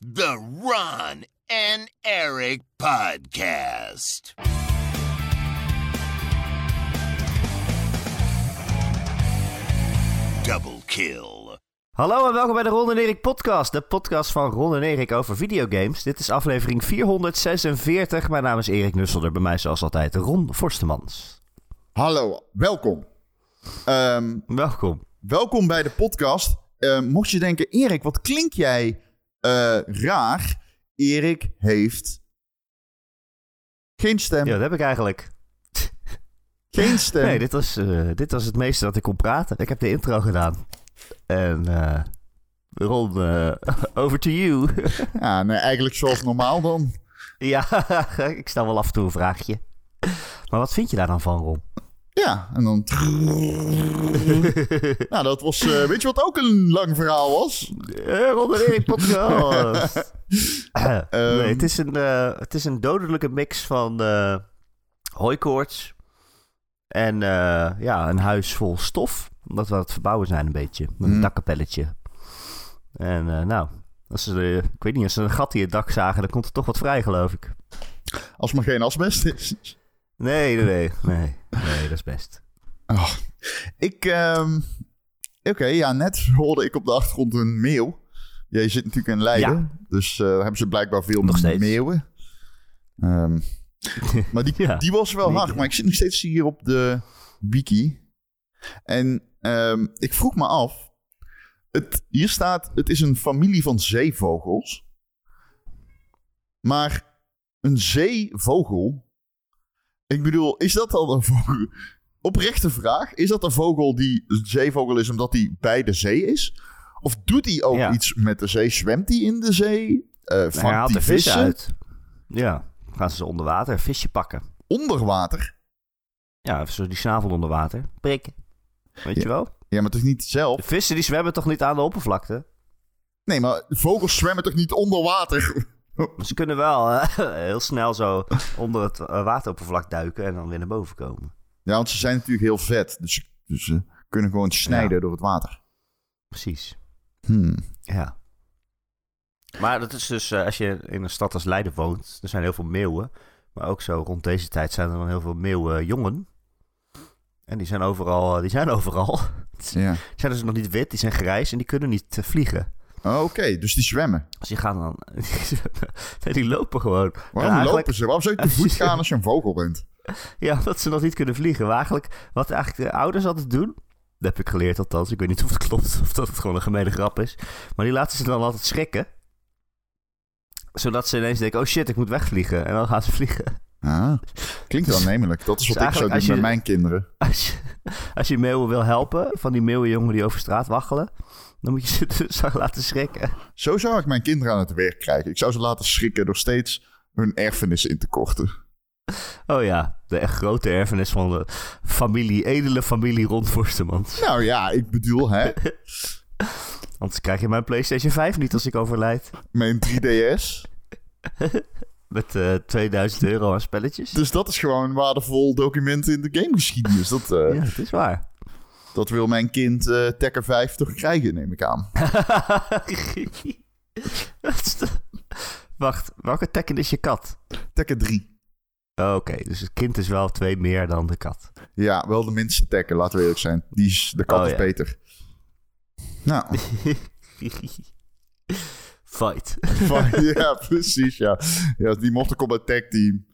The Ron and Eric Podcast. Double kill. Hallo en welkom bij de Ron en Erik podcast. De podcast van Ron en Erik over videogames. Dit is aflevering 446. Mijn naam is Erik Nusselder. Bij mij zoals altijd Ron Forstemans. Hallo, welkom. Welkom. Welkom bij de podcast. Mocht je denken, Erik, wat klink jij raar? Erik heeft geen stem. Ja, dat heb ik eigenlijk. Geen stem. Nee, dit was het meeste dat ik kon praten. Ik heb de intro gedaan. En Ron, over to you. Ja, nee, eigenlijk zoals normaal dan. Ja, ik stel wel af en toe een vraagje. Maar wat vind je daar dan van, Ron? Ja, en dan... Nou, dat was... weet je wat ook een lang verhaal was? Ron en Erik podcast. Nee, het is een dodelijke mix van hooikoorts en een huis vol stof. Omdat we aan het verbouwen zijn een beetje. Met een dakkapelletje. En als ze een gat in het dak zagen, dan komt er toch wat vrij, geloof ik. Als maar geen asbest is. Nee, dat is best. Oh. Oké, net hoorde ik op de achtergrond een meeuw. Jij zit natuurlijk in Leiden, ja. Dus daar hebben ze blijkbaar veel meeuwen. Maar die was wel hard, maar ik zit nog steeds hier op de wiki. En ik vroeg me af, hier staat, het is een familie van zeevogels. Maar een zeevogel... Ik bedoel, is dat dan een vogel? Oprechte vraag. Is dat een vogel die een zeevogel is omdat hij bij de zee is? Of doet hij ook iets met de zee? Zwemt hij in de zee? Vangt hij haalt de vissen uit? Ja, gaan ze onder water een visje pakken. Onder water? Ja, even zo die snavel onder water. Prikken. Weet je wel? Ja, maar toch niet zelf? De vissen die zwemmen toch niet aan de oppervlakte? Nee, maar vogels zwemmen toch niet onder water? Ze kunnen wel heel snel zo onder het wateroppervlak duiken en dan weer naar boven komen. Ja, want ze zijn natuurlijk heel vet. Dus ze kunnen gewoon snijden door het water. Precies. Ja. Maar dat is dus, als je in een stad als Leiden woont, er zijn heel veel meeuwen. Maar ook zo rond deze tijd zijn er dan heel veel meeuwenjongen. En die zijn overal. Ja. Die zijn dus nog niet wit, die zijn grijs en die kunnen niet vliegen. Oh, oké, dus die zwemmen. Dus die gaan dan... Nee, die lopen gewoon. Waarom lopen ze? Waarom zou je te voet gaan als je een vogel bent? Ja, omdat ze nog niet kunnen vliegen. Maar wat eigenlijk de ouders altijd doen... Dat heb ik geleerd althans. Ik weet niet of het klopt of dat het gewoon een gemene grap is. Maar die laten ze dan altijd schrikken. Zodat ze ineens denken... Oh shit, ik moet wegvliegen. En dan gaan ze vliegen. Ah, klinkt wel aannemelijk. Dat is wat dus ik zou doen met mijn kinderen. Als je meeuwen wil helpen... Van die meeuwenjongen die over straat waggelen... Dan moet je ze dus laten schrikken. Zo zou ik mijn kinderen aan het werk krijgen. Ik zou ze laten schrikken door steeds hun erfenis in te korten. Oh ja, de echt grote erfenis van de edele familie Ron Forstemans. Nou ja, ik bedoel, hè. Anders krijg je mijn PlayStation 5 niet als ik overlijd. Mijn 3DS. Met €2000 aan spelletjes. Dus dat is gewoon een waardevol document in de gamegeschiedenis. Ja, dat is waar. Dat wil mijn kind Tekken 5 toch krijgen, neem ik aan. Wacht, welke Tekken is je kat? Tekken 3. Oké, dus het kind is wel 2 meer dan de kat. Ja, wel de minste Tekken, laten we eerlijk zijn. De kat is beter. Nou. Fight. Ja, precies, ja. Ja, die Mortal Kombat Tag Team.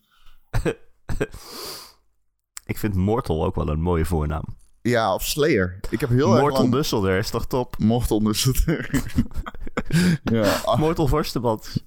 Ik vind Mortal ook wel een mooie voornaam. Ja, of Slayer. Ik heb heel erg Mortal Nusselder is toch top? Mortal Nusselder. Ja. Mortal Forstemans.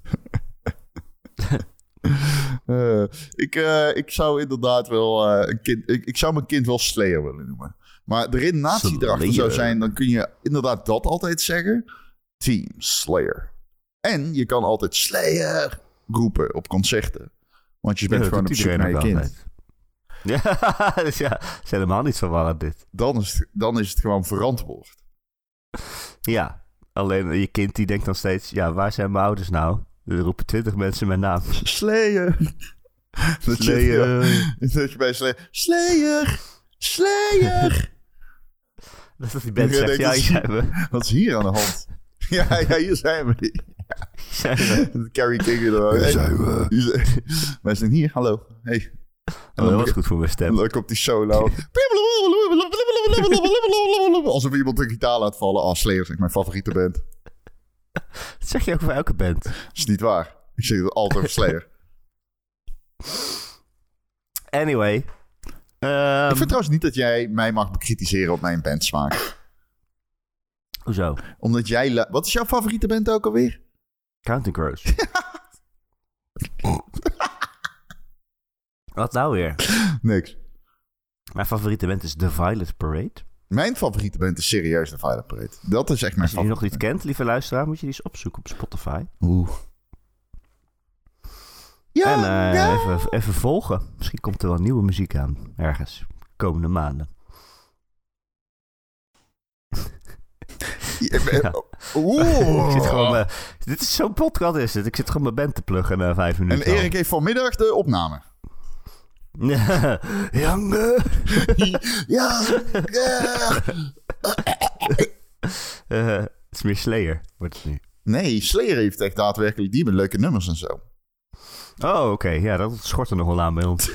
Ik zou inderdaad wel een kind... Ik zou mijn kind wel Slayer willen noemen. Maar de redenatie erachter zou zijn... dan kun je inderdaad dat altijd zeggen. Team Slayer. En je kan altijd Slayer roepen op concerten. Want je bent gewoon op zoek naar je kind. Altijd. Ja, dus ja, is helemaal niet verwarrend dit. Dan is het gewoon verantwoord. Ja, alleen je kind die denkt dan steeds... Ja, waar zijn mijn ouders nou? Er roepen 20 mensen mijn naam. Slayer. Dat je bij Slayer. Slayer. Dat die band zegt, ja, hier zijn we. Wat is hier aan de hand? Ja, hier zijn we. Carrie King. Wij zijn hier, hallo. Hey. En dat was goed voor mijn stem. Dan komt die solo. Alsof iemand de gitaar laat vallen. Slayer is echt mijn favoriete band. Dat zeg je ook voor elke band. Dat is niet waar. Ik zeg het altijd over Slayer. Anyway. Ik vind trouwens niet dat jij mij mag bekritiseren op mijn bandsmaak. Hoezo? Omdat jij... Wat is jouw favoriete band ook alweer? Counting Crows. Wat nou weer? Niks. Mijn favoriete band is The Violet Parade. Mijn favoriete band is serieus The Violet Parade. Dat is echt mijn favoriete. Als je die nog niet kent, lieve luisteraar, moet je die eens opzoeken op Spotify. Oeh. Ja, en even volgen. Misschien komt er wel nieuwe muziek aan. Ergens. Komende maanden. Oeh. Ik zit gewoon, dit is zo'n podcast is het. Ik zit gewoon mijn band te pluggen na 5 minuten. En Erik heeft vanmiddag de opname. Jange. Het is meer Slayer, wordt het nu. Nee, Slayer heeft echt daadwerkelijk die met leuke nummers en zo. Oh, oké. Ja, dat schort er nog wel aan bij ons.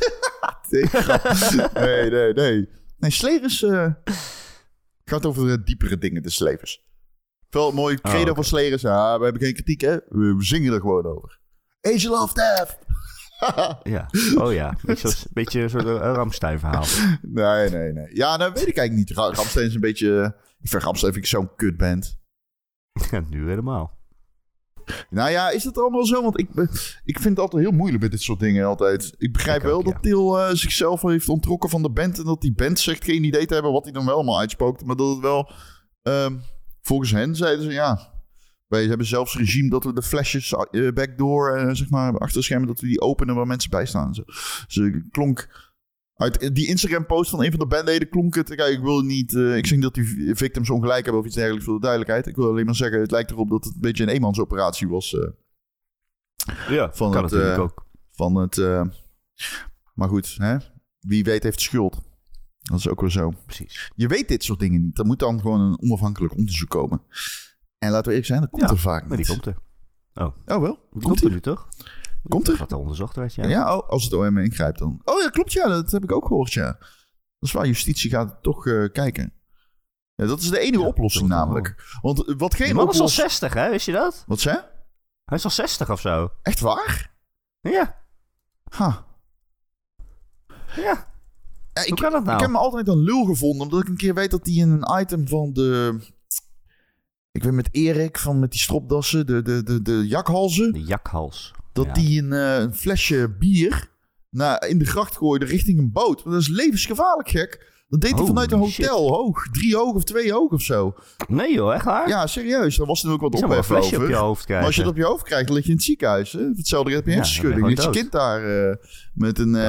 Nee. Nee, Slayer is... gaat over de diepere dingen des levens. Wel een mooi credo van Slayer is... we hebben geen kritiek, hè? We zingen er gewoon over. Angel of Death! Ja, oh ja. Beetje een soort Rammstein verhaal. Nee. Ja, dat weet ik eigenlijk niet. Rammstein is een beetje... Ik vind Rammstein zo'n kutband. Ja, nu helemaal. Nou ja, is dat allemaal zo? Want ik vind het altijd heel moeilijk met dit soort dingen altijd. Ik begrijp wel dat Til zichzelf heeft onttrokken van de band... en dat die band zegt geen idee te hebben wat hij dan wel allemaal uitspookt. Maar dat het wel... volgens hen zeiden ze, ja... Wij hebben zelfs regime dat we de flesjes backdoor, zeg maar, achter schermen... dat we die openen waar mensen bij staan. Ze klonk... Uit die Instagram-post van een van de bandleden klonk het... Kijk, ik wil niet... ik zeg niet dat die victims ongelijk hebben of iets dergelijks voor de duidelijkheid. Ik wil alleen maar zeggen, het lijkt erop dat het een beetje een eenmansoperatie was. Ja, van kan het, natuurlijk ook. Van het... maar goed, hè? Wie weet heeft schuld. Dat is ook weer zo. Precies. Je weet dit soort dingen niet. Er moet dan gewoon een onafhankelijk onderzoek komen. En laten we eerlijk zijn, dat komt er vaak niet. Maar die komt er. Oh wel? Die komt er nu toch? Komt er? Gaat er onderzocht werd, ja. Ja, als het OM ingrijpt dan. Oh ja, klopt, ja. Dat heb ik ook gehoord, ja. Dat is waar, justitie gaat toch kijken. Ja, dat is de enige oplossing namelijk. Want wat geen die man oplossing... is al 60, hè? Wist je dat? Wat zei? Hij is al 60 of zo. Echt waar? Ja. Ha. Ja. Hoe kan dat nou? Ik heb me altijd een lul gevonden, omdat ik een keer weet dat hij in een item van de... Ik weet met Erik, met die stropdassen, de jakhalzen. De jakhals. Dat die een flesje bier in de gracht gooide richting een boot. Dat is levensgevaarlijk, gek. Dat deed hij vanuit een hotel, hoog. 3 hoog of 2 hoog of zo. Nee joh, echt waar? Ja, serieus. Daar was er ook wat ophef over. Een flesje op je hoofd krijgen. Maar als je het op je hoofd krijgt, dan lig je in het ziekenhuis. Hè? Hetzelfde heb je hersenschudding. Ligt je kind daar met een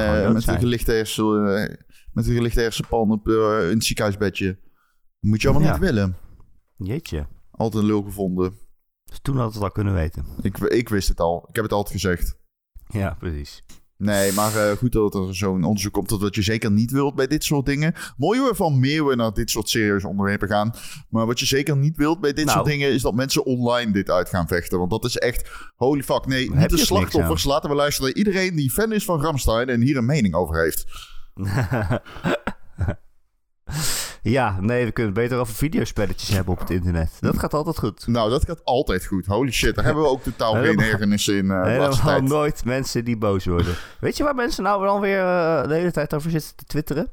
gelichte hersenpan in het ziekenhuisbedje. Moet je allemaal niet willen. Jeetje. Altijd een lul gevonden. Dus toen had het al kunnen weten. Ik wist het al. Ik heb het altijd gezegd. Ja, precies. Nee, maar goed dat er zo'n onderzoek komt. Dat wat je zeker niet wilt bij dit soort dingen. Mooi hoor, van meer we naar dit soort serieuze onderwerpen gaan. Maar wat je zeker niet wilt bij dit soort dingen... is dat mensen online dit uit gaan vechten. Want dat is echt... Holy fuck. Nee, niet de slachtoffers. Laten we luisteren naar iedereen die fan is van Rammstein... en hier een mening over heeft. Ja, nee, we kunnen het beter over videospelletjes hebben op het internet. Dat gaat altijd goed. Nou, dat gaat altijd goed. Holy shit, daar hebben we ook totaal geen ergernissen in. Helemaal nooit mensen die boos worden. Weet je waar mensen nou dan weer de hele tijd over zitten te twitteren?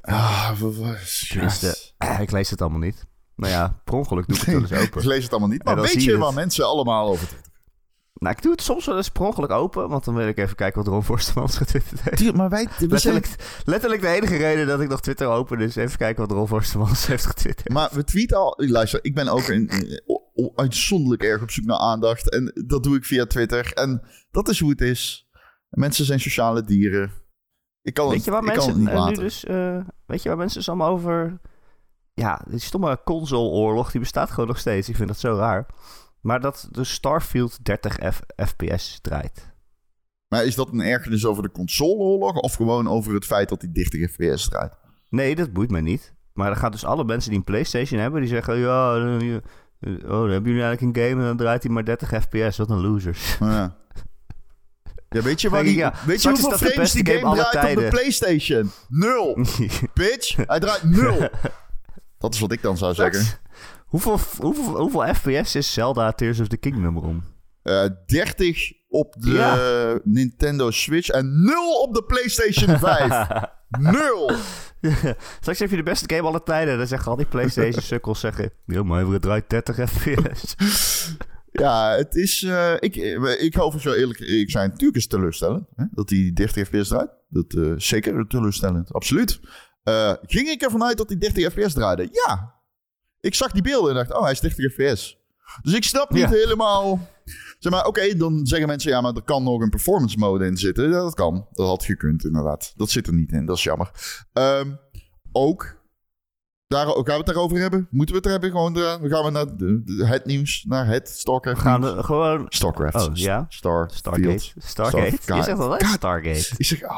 Ik lees het allemaal niet. Nou ja, per ongeluk doe ik het wel eens open. Ik lees het allemaal niet, maar weet je waar mensen allemaal over twitteren? Nou, ik doe het soms wel eens per ongeluk open, want dan wil ik even kijken wat Ron Forstemans getwitterd heeft. Maar letterlijk de enige reden dat ik nog Twitter open is even kijken wat Ron Forstemans heeft getwitterd. Maar we tweeten al... Luister, ik ben ook uitzonderlijk erg op zoek naar aandacht. En dat doe ik via Twitter. En dat is hoe het is. Mensen zijn sociale dieren. Weet je waar mensen dus allemaal over... Ja, die stomme console-oorlog, die bestaat gewoon nog steeds. Ik vind dat zo raar. Maar dat de Starfield 30 fps draait. Maar is dat een ergernis over de consoleoorlog... of gewoon over het feit dat die 30 fps draait? Nee, dat boeit mij niet. Maar er gaan dus alle mensen die een PlayStation hebben... die zeggen, dan hebben jullie eigenlijk een game en dan draait hij maar 30 fps. Wat een losers. Ja. Ja, weet je, weet je hoeveel frames die game draait op de PlayStation? 0. Bitch, hij draait 0. Dat is wat ik dan zou zeggen. Hoeveel FPS is Zelda Tears of the Kingdom om? 30 op de Nintendo Switch en 0 op de PlayStation 5. 0. Straks heb je de beste game alle tijden. Dan zeggen al die PlayStation-sukkels zeggen... Ja, maar het draait 30 fps. Ja, het is... ik ga over zo eerlijk zijn. Natuurlijk is het teleurstellend. Hè? Dat die 30 fps draait. Dat zeker teleurstellend. Absoluut. Ging ik ervan uit dat die 30 fps draaide? Ja. Ik zag die beelden en dacht... Oh, hij is 30 fps. Dus ik snap niet helemaal... Zeg maar, oké, dan zeggen mensen... Ja, maar er kan nog een performance mode in zitten. Ja, dat kan. Dat had gekund, inderdaad. Dat zit er niet in. Dat is jammer. Ook... gaan we het daarover hebben? Moeten we het er hebben? Gewoon gaan we naar het nieuws. Naar het StarCraft. We gaan gewoon... StarCraft. Oh, ja? Stargate. Stargate? Je zegt al Stargate. Ik zeg...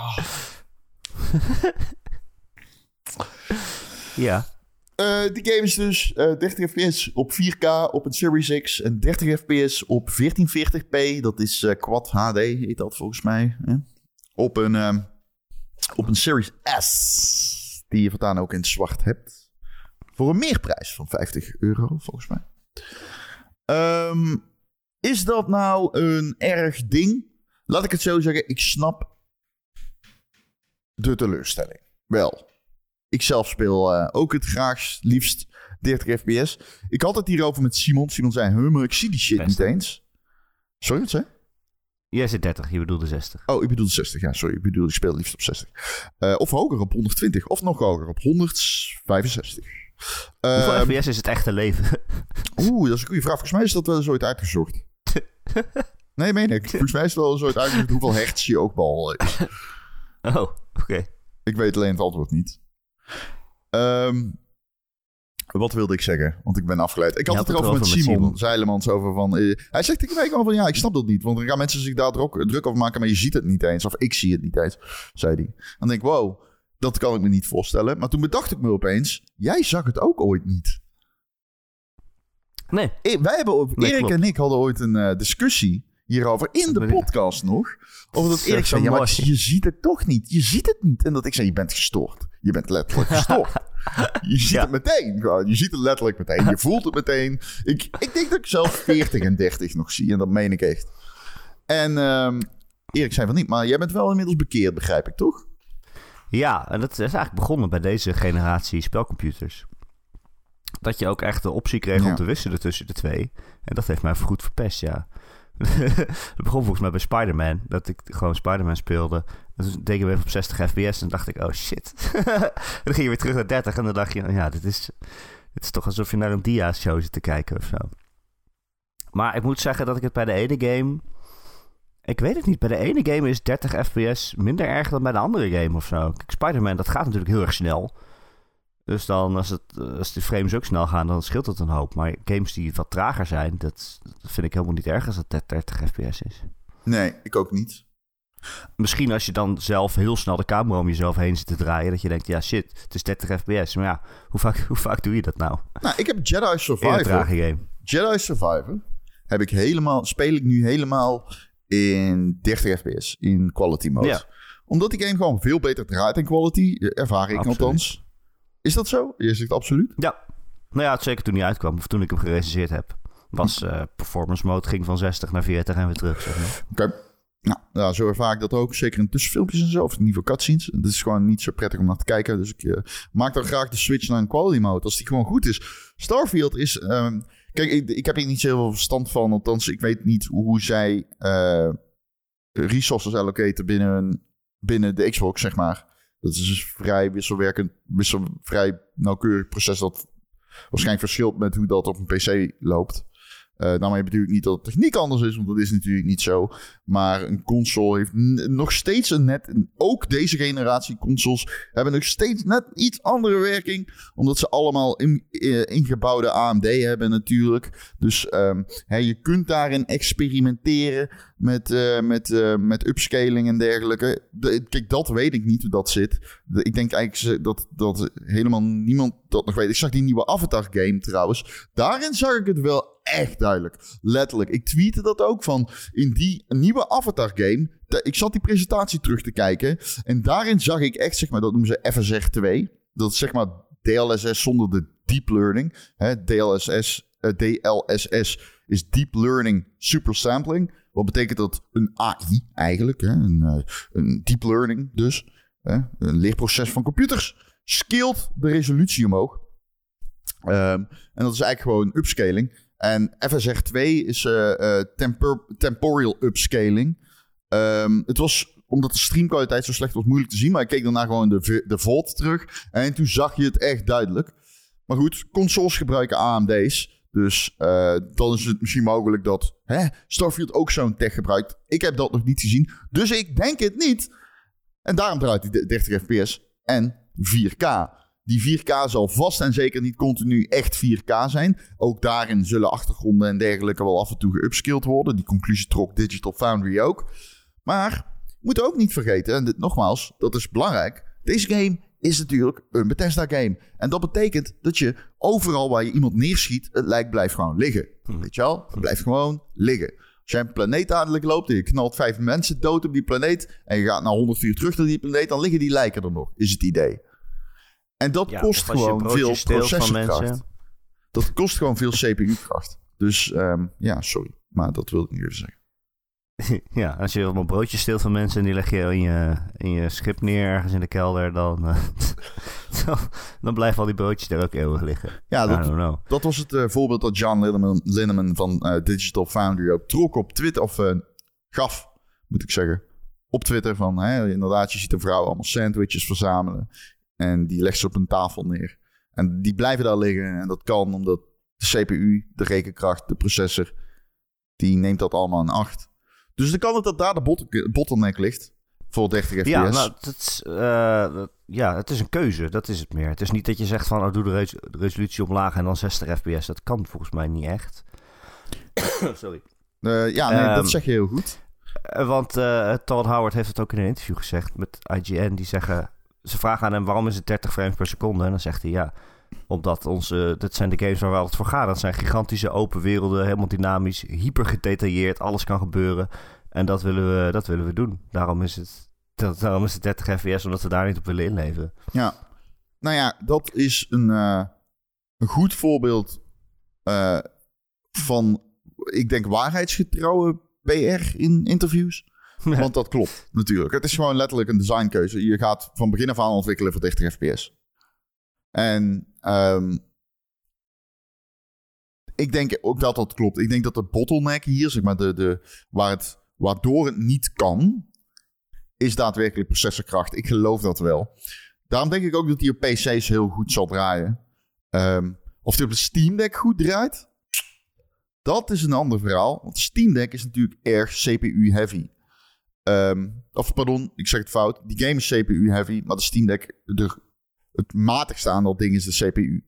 Ja. Die game is dus 30 fps op 4K op een Series X. En 30 fps op 1440p. Dat is Quad HD, heet dat volgens mij. Hè? Op een Series S. Die je voortaan ook in het zwart hebt. Voor een meerprijs van €50, volgens mij. Is dat nou een erg ding? Laat ik het zo zeggen. Ik snap de teleurstelling. Wel. Ik zelf speel ook het liefst 30 fps. Ik had het hierover met Simon. Simon zei, maar ik zie die shit niet eens. Sorry, wat zei je? Jij zit 30, je bedoelde 60. Oh, ik bedoelde 60. Ja, sorry. Ik speel liefst op 60. Of hoger op 120. Of nog hoger op 165. Hoeveel fps is het echte leven? Dat is een goede vraag. Volgens mij is dat wel eens ooit uitgezocht. Nee, meen ik. Volgens mij is het wel eens ooit uitgezocht hoeveel hertz je ook bal is. Oh, oké. Ik weet alleen het antwoord niet. Wat wilde ik zeggen? Want ik ben afgeleid. Ik had het erover met Simon Zeilemans over van... hij zegt tegen mij gewoon van... Ja, ik snap dat niet. Want dan gaan mensen zich daar druk over maken... maar je ziet het niet eens. Of ik zie het niet eens, zei hij. Dan denk ik, wow, dat kan ik me niet voorstellen. Maar toen bedacht ik me opeens... Jij zag het ook ooit niet. Nee. Erik en ik hadden ooit een discussie hierover in de podcast nog. Over dat Erik zei, maar je ziet het toch niet. Je ziet het niet. En dat ik zei, je bent gestoord. Je bent letterlijk gestoord. Je ziet het meteen. Je ziet het letterlijk meteen. Je voelt het meteen. Ik denk dat ik zelf 40 en 30 nog zie. En dat meen ik echt. En Erik zei van niet. Maar jij bent wel inmiddels bekeerd, begrijp ik, toch? Ja, en dat is eigenlijk begonnen bij deze generatie spelcomputers. Dat je ook echt de optie kreeg om te wisselen tussen de twee. En dat heeft mij goed verpest, ja. Het begon volgens mij bij Spider-Man. Dat ik gewoon Spider-Man speelde. En toen deed ik hem even op 60 fps. En dacht ik, oh shit. Dan ging je weer terug naar 30. En dan dacht je, ja, dit is toch alsof je naar een dia-show zit te kijken of zo. Maar ik moet zeggen dat ik het bij de ene game... Ik weet het niet. Bij de ene game is 30 fps minder erg dan bij de andere game of zo. Kijk, Spider-Man, dat gaat natuurlijk heel erg snel. Dus dan, als de frames ook snel gaan, dan scheelt het een hoop. Maar games die wat trager zijn, dat vind ik helemaal niet erg als dat 30 fps is. Nee, ik ook niet. Misschien als je dan zelf heel snel de camera om jezelf heen zit te draaien, dat je denkt, ja shit, het is 30 fps. Maar ja, hoe vaak doe je dat nou? Nou, ik heb Jedi Survivor. Een trage game. Jedi Survivor speel ik nu helemaal in 30 fps, in quality mode. Ja. Omdat die game gewoon veel beter draait in quality, ervaar ik althans. Is dat zo? Je zegt absoluut? Ja. Nou ja, zeker toen hij uitkwam, of toen ik hem gerecenseerd heb. Was performance mode, ging van 60 naar 40 en weer terug, zeg maar. Oké. Nou, zo ervaar ik dat ook. Zeker in tussenfilmpjes en zo, of in ieder geval cutscenes. Het is gewoon niet zo prettig om naar te kijken. Dus ik maak dan graag de switch naar een quality mode, als die gewoon goed is. Starfield is... kijk, ik heb hier niet zoveel verstand van. Althans, ik weet niet hoe zij resources allocaten binnen de Xbox, zeg maar. Dat is dus vrij vrij nauwkeurig proces dat waarschijnlijk verschilt met hoe dat op een PC loopt. Daarmee bedoel ik niet dat de techniek anders is, want dat is natuurlijk niet zo. Maar een console heeft nog steeds ook deze generatie consoles hebben nog steeds net iets andere werking. Omdat ze allemaal ingebouwde AMD hebben natuurlijk. Dus je kunt daarin experimenteren met upscaling en dergelijke. Kijk, dat weet ik niet hoe dat zit. Ik denk eigenlijk dat helemaal niemand dat nog weet. Ik zag die nieuwe Avatar game trouwens. Daarin zag ik het wel echt duidelijk. Letterlijk. Ik tweette dat ook van in die nieuwe Avatar game. Ik zat die presentatie terug te kijken. En daarin zag ik echt, zeg maar, dat noemen ze FSR 2. Dat is zeg maar DLSS zonder de deep learning. DLSS is deep learning super sampling. Wat betekent dat? Een AI eigenlijk. Een deep learning dus. Een leerproces van computers. Scaled de resolutie omhoog. En dat is eigenlijk gewoon upscaling. En FSR 2 is temporal upscaling. Het was, omdat de streamkwaliteit zo slecht was, moeilijk te zien. Maar ik keek daarna gewoon de VOD terug. En toen zag je het echt duidelijk. Maar goed, consoles gebruiken AMD's. Dus dan is het misschien mogelijk dat Starfield ook zo'n tech gebruikt. Ik heb dat nog niet gezien. Dus ik denk het niet. En daarom draait hij 30 fps en 4K. Die 4K zal vast en zeker niet continu echt 4K zijn. Ook daarin zullen achtergronden en dergelijke wel af en toe geupskilled worden. Die conclusie trok Digital Foundry ook. Maar moet ook niet vergeten, en nogmaals, dat is belangrijk. Deze game is natuurlijk een Bethesda game. En dat betekent dat je overal waar je iemand neerschiet, het lijk blijft gewoon liggen. Weet je wel? Het blijft gewoon liggen. Als jij een planeet dadelijk loopt en je knalt 5 mensen dood op die planeet en je gaat na 100 uur terug naar die planeet, dan liggen die lijken er nog, is het idee. En dat kost gewoon veel processorkracht. Dat kost gewoon veel CPU-kracht. Dus sorry. Maar dat wilde ik niet even zeggen. Ja, als je allemaal broodjes steelt van mensen en die leg je in je schip neer ergens in de kelder, dan blijven al die broodjes daar ook eeuwig liggen. Ja, dat was het voorbeeld dat John Linneman van Digital Foundry ook trok op Twitter, of gaf, moet ik zeggen, op Twitter van, inderdaad, je ziet een vrouw allemaal sandwiches verzamelen en die legt ze op een tafel neer. En die blijven daar liggen en dat kan omdat de CPU, de rekenkracht, de processor, die neemt dat allemaal in acht. Dus dan kan het dat daar de bottleneck ligt voor 30 fps. Ja, nou, het is een keuze. Dat is het meer. Het is niet dat je zegt van, doe de resolutie omlaag en dan 60 fps. Dat kan volgens mij niet echt. Sorry. Dat zeg je heel goed. Want Todd Howard heeft het ook in een interview gezegd met IGN. Ze vragen aan hem, waarom is het 30 frames per seconde? En dan zegt hij, omdat dat zijn de games waar we altijd voor gaan. Dat zijn gigantische open werelden, helemaal dynamisch, hyper gedetailleerd, alles kan gebeuren. En dat willen we doen. Daarom is het 30 fps, omdat we daar niet op willen inleveren. Ja, nou ja, dat is een goed voorbeeld van, ik denk, waarheidsgetrouwe PR in interviews. Want dat klopt natuurlijk. Het is gewoon letterlijk een designkeuze. Je gaat van begin af aan ontwikkelen voor 30 fps. En ik denk ook dat klopt. Ik denk dat de bottleneck hier, zeg maar, waardoor het niet kan, is daadwerkelijk processorkracht. Ik geloof dat wel. Daarom denk ik ook dat die op PC's heel goed zal draaien. Of die op de Steam Deck goed draait, dat is een ander verhaal. Want de Steam Deck is natuurlijk erg CPU-heavy. Ik zeg het fout. Die game is CPU-heavy, maar de Steam Deck, het matigste aan dat ding is de CPU.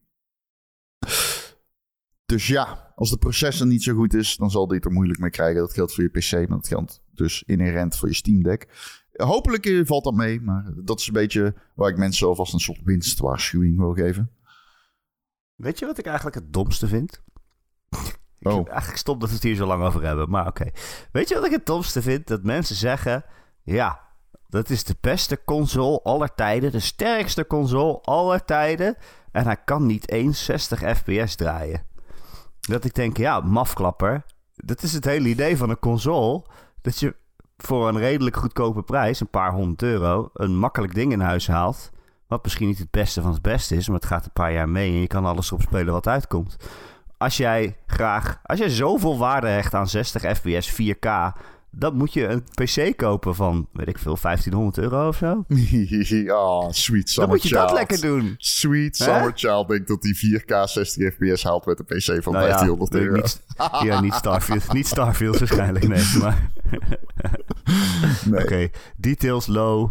Dus ja, als de processor niet zo goed is, dan zal dit er moeilijk mee krijgen. Dat geldt voor je PC, maar dat geldt dus inherent voor je Steam Deck. Hopelijk valt dat mee, maar dat is een beetje waar ik mensen alvast een soort winstwaarschuwing wil geven. Weet je wat ik eigenlijk het domste vind? Eigenlijk stom dat we het hier zo lang over hebben, maar oké. Weet je wat ik het domste vind? Dat mensen zeggen, dat is de beste console aller tijden, de sterkste console aller tijden. En hij kan niet eens 60 fps draaien. Dat ik denk, mafklapper. Dat is het hele idee van een console. Dat je voor een redelijk goedkope prijs, een paar €100, een makkelijk ding in huis haalt. Wat misschien niet het beste van het beste is, maar het gaat een paar jaar mee en je kan alles erop spelen wat uitkomt. Als jij zoveel waarde hecht aan 60 fps, 4K, dan moet je een PC kopen van, weet ik veel, €1.500 of zo. Sweet summer Dan moet je child. dat lekker doen. Sweet summer child denkt dat die 4K 60 fps haalt met een PC van €1.500. Niet Starfield. Niet Starfield waarschijnlijk, nee. Maar... Nee. Oké, details low.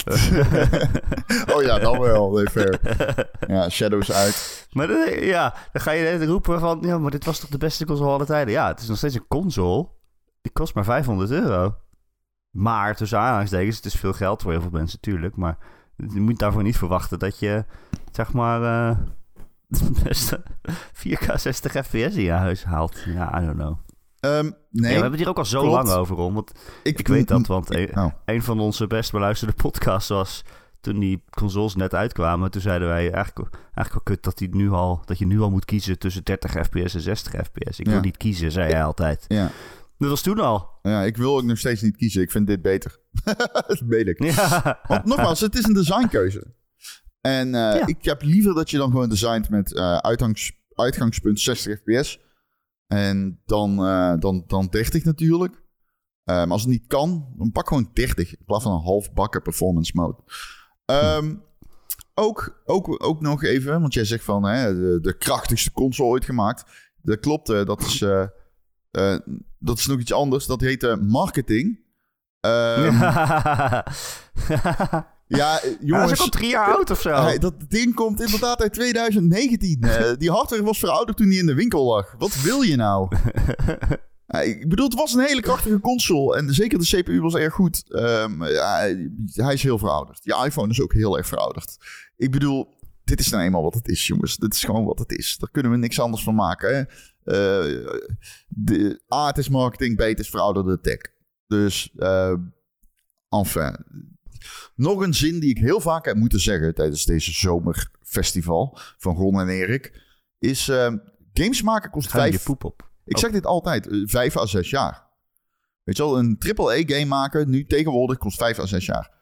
Oh ja, dan wel. Nee, fair. Ja, Shadows uit. Maar dan ga je net roepen van... Ja, maar dit was toch de beste console aller tijden? Ja, het is nog steeds een console. Die kost maar €500. Maar, tussen aanhalingstekens, het is veel geld voor heel veel mensen, natuurlijk. Maar je moet daarvoor niet verwachten dat je, zeg maar... 4K 60 fps in je huis haalt. Ja, I don't know. Nee. Ja, we hebben het hier ook al zo lang over, Ron. Want ik weet dat, want een van onze best beluisterde podcasts was... Toen die consoles net uitkwamen, toen zeiden wij eigenlijk wel kut dat je nu al moet kiezen tussen 30 fps en 60 fps. Ik wil niet kiezen, zei hij altijd. Ja. Dat was toen al. Ja, ik wil ook nog steeds niet kiezen. Ik vind dit beter. Dat weet ik. Ja. Want nogmaals, het is een designkeuze. En ik heb liever dat je dan gewoon designt met uitgangspunt 60 fps. En dan 30 natuurlijk. Maar als het niet kan, dan pak gewoon 30. In plaats van een halfbakken performance mode. Ook nog even, want jij zegt van de krachtigste console ooit gemaakt. Dat klopt, dat is nog iets anders. Dat heet marketing. Ja, jongens. Hij is ook al 3 jaar oud of zo. Dat ding komt inderdaad uit 2019. Die hardware was verouderd toen die in de winkel lag. Wat wil je nou? Ik bedoel, het was een hele krachtige console. En zeker de CPU was erg goed. Hij is heel verouderd. Je iPhone is ook heel erg verouderd. Ik bedoel, dit is nou eenmaal wat het is, jongens. Dit is gewoon wat het is. Daar kunnen we niks anders van maken. Hè? Het is marketing. B, het is verouderde tech. Dus, enfin. Nog een zin die ik heel vaak heb moeten zeggen tijdens deze zomerfestival van Ron en Erik is games maken kost 5... Ik zeg dit altijd, 5 à 6 jaar. Weet je wel, een AAA-game maken nu tegenwoordig kost 5 à 6 jaar.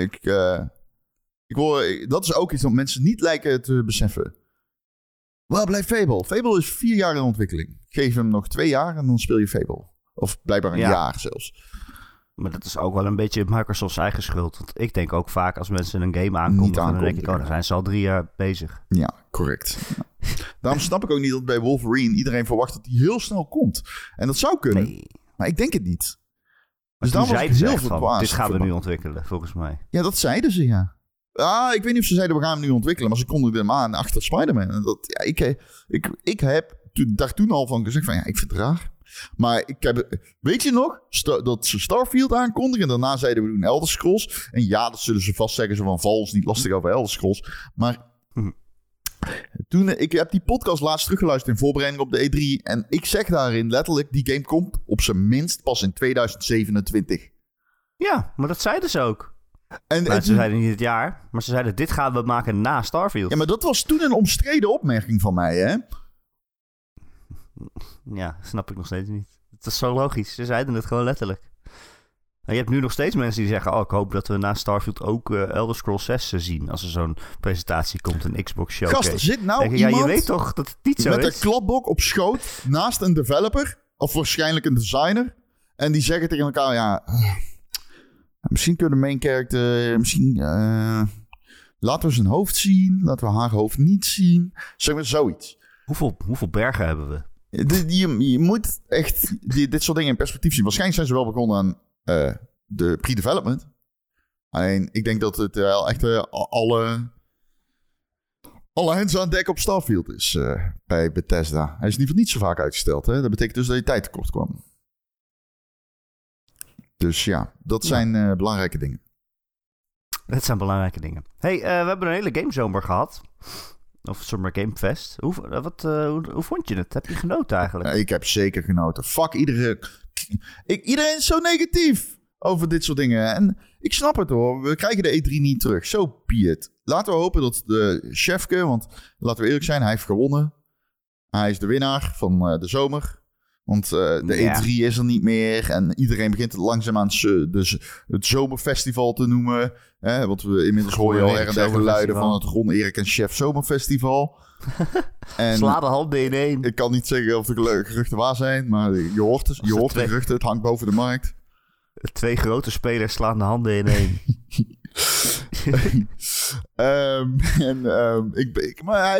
Dat is ook iets wat mensen niet lijken te beseffen. Waar blijft Fable? Fable is 4 jaar in ontwikkeling. Geef hem nog 2 jaar en dan speel je Fable. Of blijkbaar een jaar zelfs. Maar dat is ook wel een beetje Microsoft's eigen schuld. Want ik denk ook vaak als mensen een game aankondigen... dan denk ik, dan zijn ze al 3 jaar bezig. Ja, correct. Ja. Daarom snap ik ook niet dat bij Wolverine iedereen verwacht dat hij heel snel komt. En dat zou kunnen, maar ik denk het niet. Dus daarom was ik heel verbaasd. Dit gaan we nu ontwikkelen, volgens mij. Ja, dat zeiden ze, ja. Ik weet niet of ze zeiden, we gaan hem nu ontwikkelen. Maar ze kondigden hem aan achter Spider-Man. En ik heb daar toen al van gezegd van, ik vind het raar. Maar weet je nog dat ze Starfield aankondigen en daarna zeiden we doen Elder Scrolls. En ja, dat zullen ze vast zeggen, zo van val ons niet lastig over Elder Scrolls. Maar ik heb die podcast laatst teruggeluisterd in voorbereiding op de E3. En ik zeg daarin letterlijk, die game komt op zijn minst pas in 2027. Ja, maar dat zeiden ze ook. Ze zeiden niet het jaar, maar ze zeiden dit gaan we maken na Starfield. Ja, maar dat was toen een omstreden opmerking van mij, hè? Ja, snap ik nog steeds niet. Het is zo logisch. Ze zeiden het gewoon letterlijk. En je hebt nu nog steeds mensen die zeggen... ik hoop dat we na Starfield ook Elder Scrolls 6 zien... als er zo'n presentatie komt, een Xbox Showcase. Gast, zit nou iemand... Ja, je weet toch dat het niet zo is? Met een kladblok op schoot naast een developer... of waarschijnlijk een designer... en die zeggen tegen elkaar... misschien kunnen main character... laten we zijn hoofd zien... laten we haar hoofd niet zien... zeg maar zoiets. Hoeveel bergen hebben we? Je moet echt dit soort dingen in perspectief zien. Waarschijnlijk zijn ze wel begonnen aan de pre-development. Alleen, ik denk dat het wel echt alle hands aan dek op Starfield is bij Bethesda. Hij is in ieder geval niet zo vaak uitgesteld. Hè? Dat betekent dus dat je tijd tekort kwam. Dus ja, dat zijn belangrijke dingen. Dat zijn belangrijke dingen. Hey, we hebben een hele gamezomer gehad. Of Summer Game Fest. Hoe vond je het? Heb je genoten eigenlijk? Ik heb zeker genoten. Fuck iedereen. Iedereen is zo negatief over dit soort dingen. En ik snap het hoor. We krijgen de E3 niet terug. Zo be it. Laten we hopen dat de chefke, want laten we eerlijk zijn, hij heeft gewonnen. Hij is de winnaar van de zomer. Want de E3 is er niet meer. En iedereen begint het langzaamaan het zomerfestival te noemen. Want we inmiddels horen al er en der geluiden van het Ron, Erik en Chef Zomerfestival. Sla de handen in één. Ik kan niet zeggen of de geruchten waar zijn. Maar je hoort de geruchten. Het hangt boven de markt. 2 grote spelers slaan de handen in één. Maar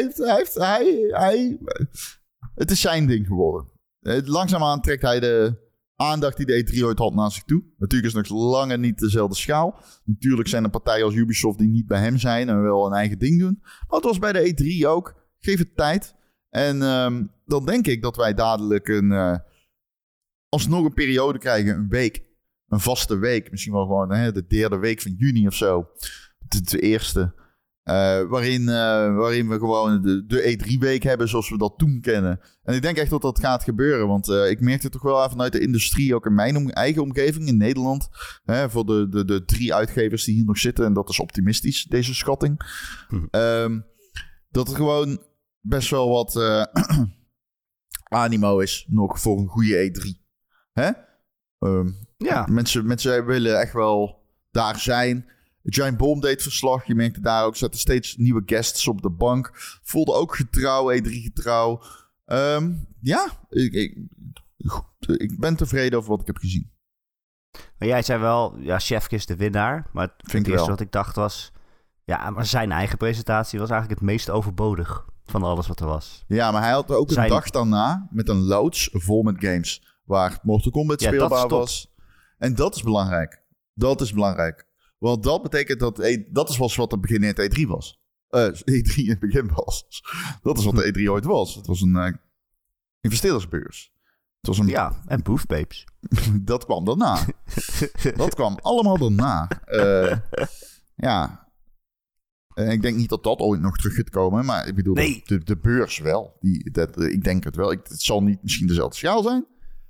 het is zijn ding geworden. Langzaamaan trekt hij de aandacht die de E3 ooit had naar zich toe. Natuurlijk is het nog lange niet dezelfde schaal. Natuurlijk zijn er partijen als Ubisoft die niet bij hem zijn en wel een eigen ding doen. Maar het was bij de E3 ook. Geef het tijd. En dan denk ik dat wij dadelijk alsnog een periode krijgen, een week. Een vaste week. Misschien wel gewoon de 3e week van juni of zo. De eerste. Waarin we gewoon de E3-week hebben zoals we dat toen kennen. En ik denk echt dat dat gaat gebeuren. Want ik merkte toch wel vanuit de industrie, ook in mijn eigen omgeving in Nederland. Voor de 3 uitgevers die hier nog zitten. En dat is optimistisch, deze schatting. Dat er gewoon best wel wat animo is nog voor een goede E3. Hè? Mensen willen echt wel daar zijn. Giant Bomb deed verslag. Je merkte daar ook, zaten steeds nieuwe guests op de bank. Voelde ook getrouw, E3 getrouw. Ik ben tevreden over wat ik heb gezien. Maar jij zei wel, Chefke is de winnaar. Maar het eerste wat ik dacht was... Ja, maar zijn eigen presentatie was eigenlijk het meest overbodig van alles wat er was. Ja, maar hij had ook een dag daarna met een loods vol met games. Waar Mortal Kombat speelbaar was. En dat is belangrijk. Dat is belangrijk. Want dat betekent dat is wat het begin in het E3 was. E3 in het begin was. Dat is wat de E3 ooit was. Het was een investeerdersbeurs. Het was en Boofbapes. Dat kwam daarna. Dat kwam allemaal daarna. Ik denk niet dat dat ooit nog terug gaat komen. Maar ik bedoel, de beurs wel. Ik denk het wel. Het zal niet misschien dezelfde schaal zijn.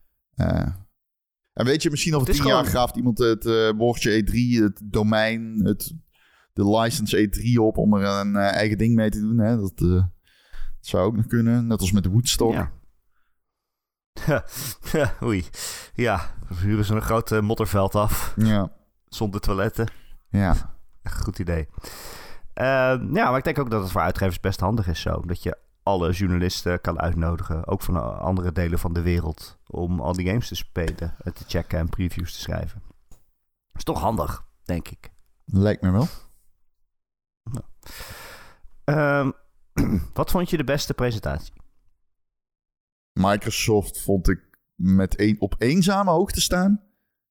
En weet je, misschien over 10 jaar graaft iemand het woordje E3, het domein, de license E3 op om er een eigen ding mee te doen. Hè? Dat zou ook nog kunnen. Net als met de Woodstock. Ja. Oei. Ja, dan huren ze een groot modderveld af. Ja. Zonder toiletten. Ja. Goed idee. Maar ik denk ook dat het voor uitgevers best handig is zo. Dat je alle journalisten kan uitnodigen, ook van andere delen van de wereld, om al die games te spelen, te checken en previews te schrijven. Dat is toch handig, denk ik. Lijkt me wel. Wat vond je de beste presentatie? Microsoft vond ik op eenzame hoogte staan.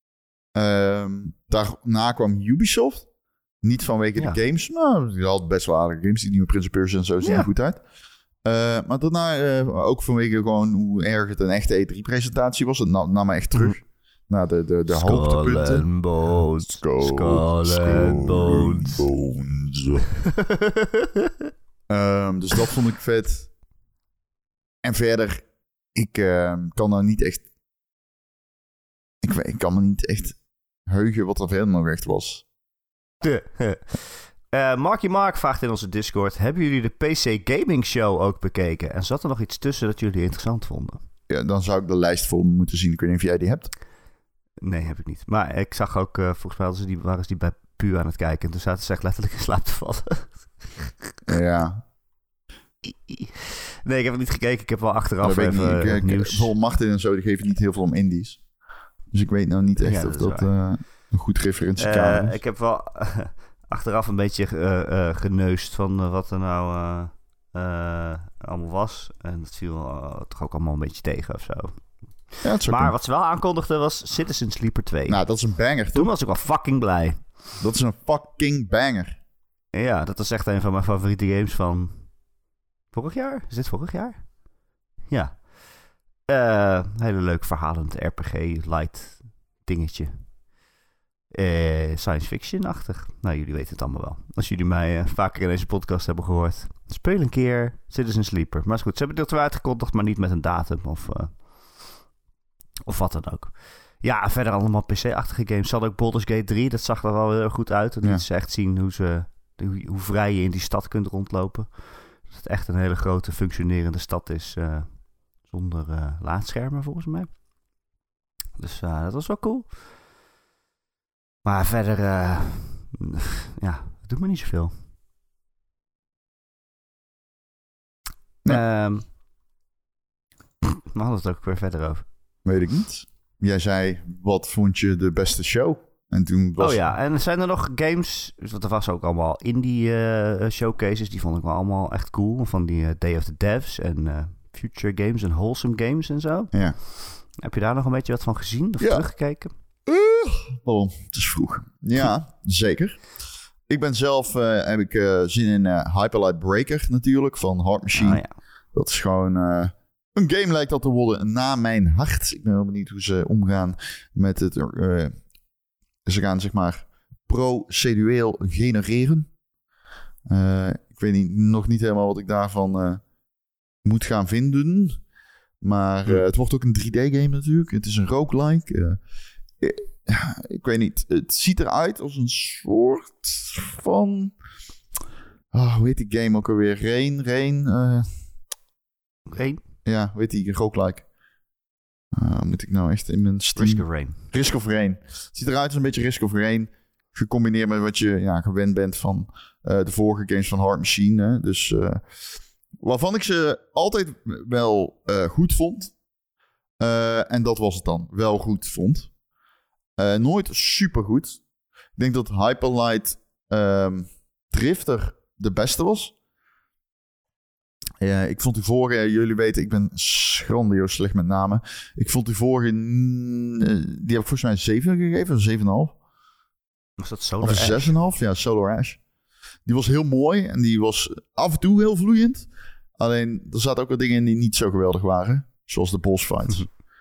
Daarna kwam Ubisoft. Niet vanwege de games, maar die had best wel aardige games. Die nieuwe Prince of Persia en zo zien er goed uit. Maar daarna ook vanwege gewoon hoe erg het een echte E3-presentatie was. Het nam me echt terug naar de hoogtepunten. Skull and Bones. Dus dat vond ik vet. En verder, ik kan nou niet echt... Ik kan me niet echt heugen wat er verder nog echt was. Marky Mark vraagt in onze Discord: hebben jullie de PC Gaming Show ook bekeken? En zat er nog iets tussen dat jullie interessant vonden? Ja, dan zou ik de lijst voor me moeten zien. Ik weet niet of jij die hebt. Nee, heb ik niet. Maar ik zag ook, volgens mij waren ze die bij Puur aan het kijken. En toen zaten ze echt letterlijk in slaap te vallen. Ja. Nee, ik heb het niet gekeken. Ik heb wel achteraf even nieuws. Bijvoorbeeld Martin en zo, die geven niet heel veel om indies. Dus ik weet nou niet echt of dat een goed referentiekader is. Ik heb wel achteraf een beetje geneust van wat er nou allemaal was. En dat viel toch ook allemaal een beetje tegen of zo. Ja, maar wat ze wel aankondigden was Citizen Sleeper 2. Nou, dat is een banger, toch? Toen was ik wel fucking blij. Dat is een fucking banger. Ja, dat was echt een van mijn favoriete games van vorig jaar. Is dit vorig jaar? Ja. Hele leuk verhalend RPG-light dingetje. Science fiction-achtig. Nou, jullie weten het allemaal wel. Als jullie mij vaker in deze podcast hebben gehoord. Speel een keer Citizen Sleeper. Maar is goed, ze hebben dit eruit gekondigd, maar niet met een datum of wat dan ook. Ja, verder allemaal PC-achtige games. Ze hadden ook Baldur's Gate 3, dat zag er wel heel goed uit. En liet ze echt zien hoe vrij je in die stad kunt rondlopen. Dat het echt een hele grote functionerende stad is. Zonder laadschermen volgens mij. Dus dat was wel cool. Maar verder, het doet me niet zoveel. Nee. We hadden het ook weer verder over. Weet ik niet. jij zei, wat vond je de beste show? En toen was... Oh ja, en zijn er nog games... Want er was ook allemaal indie showcases. Die vond ik wel allemaal echt cool. Van die Day of the Devs en Future Games en Wholesome Games en zo. Ja. Heb je daar nog een beetje wat van gezien of teruggekeken? Het is vroeg. Ja, zeker. Ik ben zelf, heb ik zin in Hyper Light Breaker natuurlijk, van Hard Machine. Oh, ja. Dat is gewoon een game lijkt dat te worden na mijn hart. Ik ben wel benieuwd hoe ze omgaan met het... ze gaan zeg maar procedueel genereren. Ik weet nog niet helemaal wat ik daarvan moet gaan vinden. Maar het wordt ook een 3D-game natuurlijk. Het is een roguelike. Ik weet niet. Het ziet eruit als een soort van... hoe heet die game ook alweer? Rain? Ja, hoe heet die? Roguelike. Moet ik nou echt in mijn Steam... Risk of Rain. Het ziet eruit als een beetje Risk of Rain. Gecombineerd met wat je gewend bent van de vorige games van Hard Machine. Hè? Dus waarvan ik ze altijd wel goed vond. En dat was het dan. Wel goed vond. Nooit super goed. Ik denk dat Hyper Light Drifter de beste was. Ik vond die vorige... jullie weten, ik ben grandioos slecht met namen. Ik vond die vorige... die heb ik volgens mij 7 gegeven. 7,5. Was dat Solar Ash? Of 6,5. Ja, Solar Ash. Die was heel mooi. En die was af en toe heel vloeiend. Alleen, er zaten ook wel dingen in die niet zo geweldig waren. Zoals de boss fights.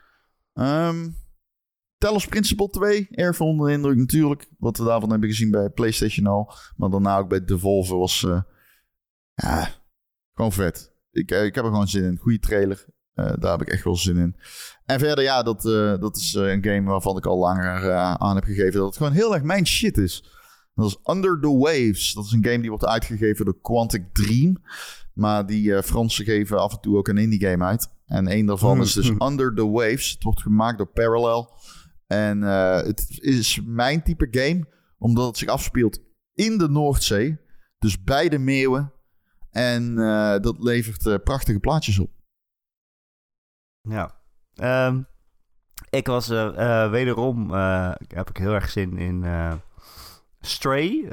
Talos Principle 2. Erg onder de indruk natuurlijk. Wat we daarvan hebben gezien bij PlayStation al. Maar daarna ook bij Devolver was... gewoon vet. Ik heb er gewoon zin in. Goede trailer. Daar heb ik echt wel zin in. En verder, dat is een game waarvan ik al langer aan heb gegeven dat het gewoon heel erg mijn shit is. Dat is Under the Waves. Dat is een game die wordt uitgegeven door Quantic Dream. Maar die Fransen geven af en toe ook een indie game uit. En één daarvan is dus Under the Waves. Het wordt gemaakt door Parallel. En het is mijn type game, omdat het zich afspeelt in de Noordzee. Dus bij de meeuwen. En dat levert prachtige plaatjes op. Ja. Ik was wederom... heb ik heel erg zin in Stray.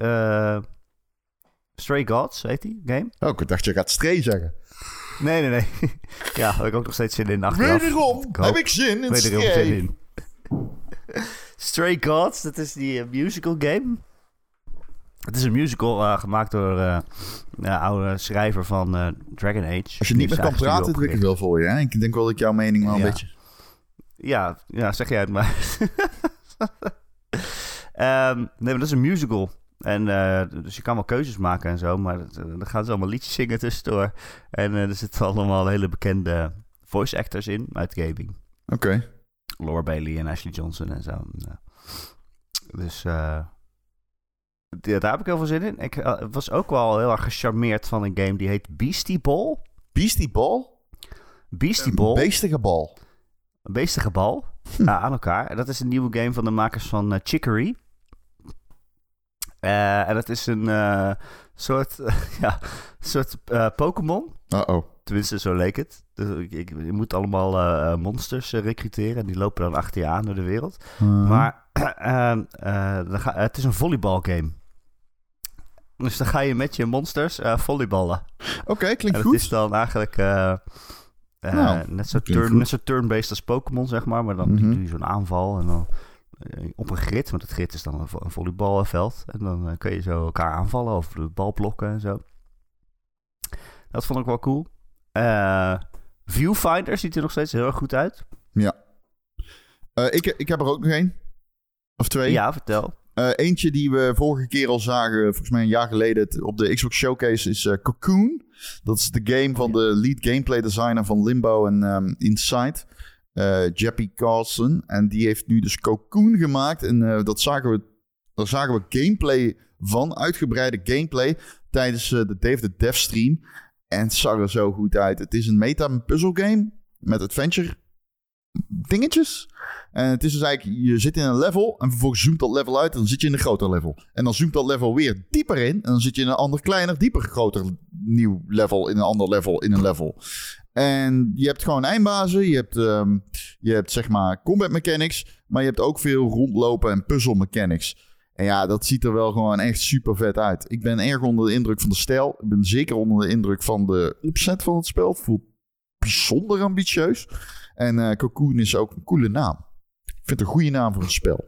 Stray Gods, heet die game? Oh, ik dacht je gaat Stray zeggen. Nee. Ja, heb ik ook nog steeds zin in. Achteraf. Wederom heb ik zin in Stray. Zin in. Stray Gods, dat is die musical game. Het is een musical gemaakt door de oude schrijver van Dragon Age. Als je niet meer kan praten, doe ik het wel voor je. Hè? Ik denk wel dat jouw mening wel een beetje... Ja, zeg jij het maar. Nee, maar dat is een musical. En dus je kan wel keuzes maken en zo. Maar dan gaan ze allemaal liedjes zingen tussendoor. En er zitten allemaal hele bekende voice actors in uit gaming. Oké. Laura Bailey en Ashley Johnson en zo. Dus... daar heb ik heel veel zin in. Ik was ook wel heel erg gecharmeerd van een game die heet Beastie Ball. Beastie Ball? Beastie Ball. Een beestige bal. Een beestige bal. Aan elkaar. En dat is een nieuwe game van de makers van Chicory. En dat is een soort Pokémon. Uh-oh. Tenminste, zo leek het. Dus je moet allemaal monsters recruteren. En die lopen dan achter je aan door de wereld. Maar het is een volleybalgame. Dus dan ga je met je monsters volleyballen. Oké, klinkt en goed. Het is dan eigenlijk net zo turn-based als Pokémon, zeg maar. Maar dan doe je zo'n aanval en dan op een grid. Want het grid is dan een volleybalveld. En dan kun je zo elkaar aanvallen of de bal blokken en zo. Dat vond ik wel cool. Viewfinder ziet er nog steeds heel erg goed uit. Ja. Ik heb er ook nog één. Of twee. Ja, vertel. Eentje die we vorige keer al zagen, volgens mij een jaar geleden op de Xbox Showcase, is Cocoon. Dat is de game van de lead gameplay designer van Limbo en Inside, Jeppy Carlson. En die heeft nu dus Cocoon gemaakt. En daar zagen we gameplay van, uitgebreide gameplay, tijdens de Day of the Dev stream. En het zag er zo goed uit. Het is een meta-puzzle game met adventure dingetjes. En het is dus eigenlijk, je zit in een level en vervolgens zoomt dat level uit en dan zit je in een groter level. En dan zoomt dat level weer dieper in en dan zit je in een ander kleiner, dieper, groter nieuw level in een ander level in een level. En je hebt gewoon eindbazen. Je hebt zeg maar combat mechanics. Maar je hebt ook veel rondlopen en puzzle mechanics. En ja, dat ziet er wel gewoon echt super vet uit. Ik ben erg onder de indruk van de stijl. Ik ben zeker onder de indruk van de opzet van het spel. Het voelt bijzonder ambitieus. En Cocoon is ook een coole naam. Ik vind het een goede naam voor een spel.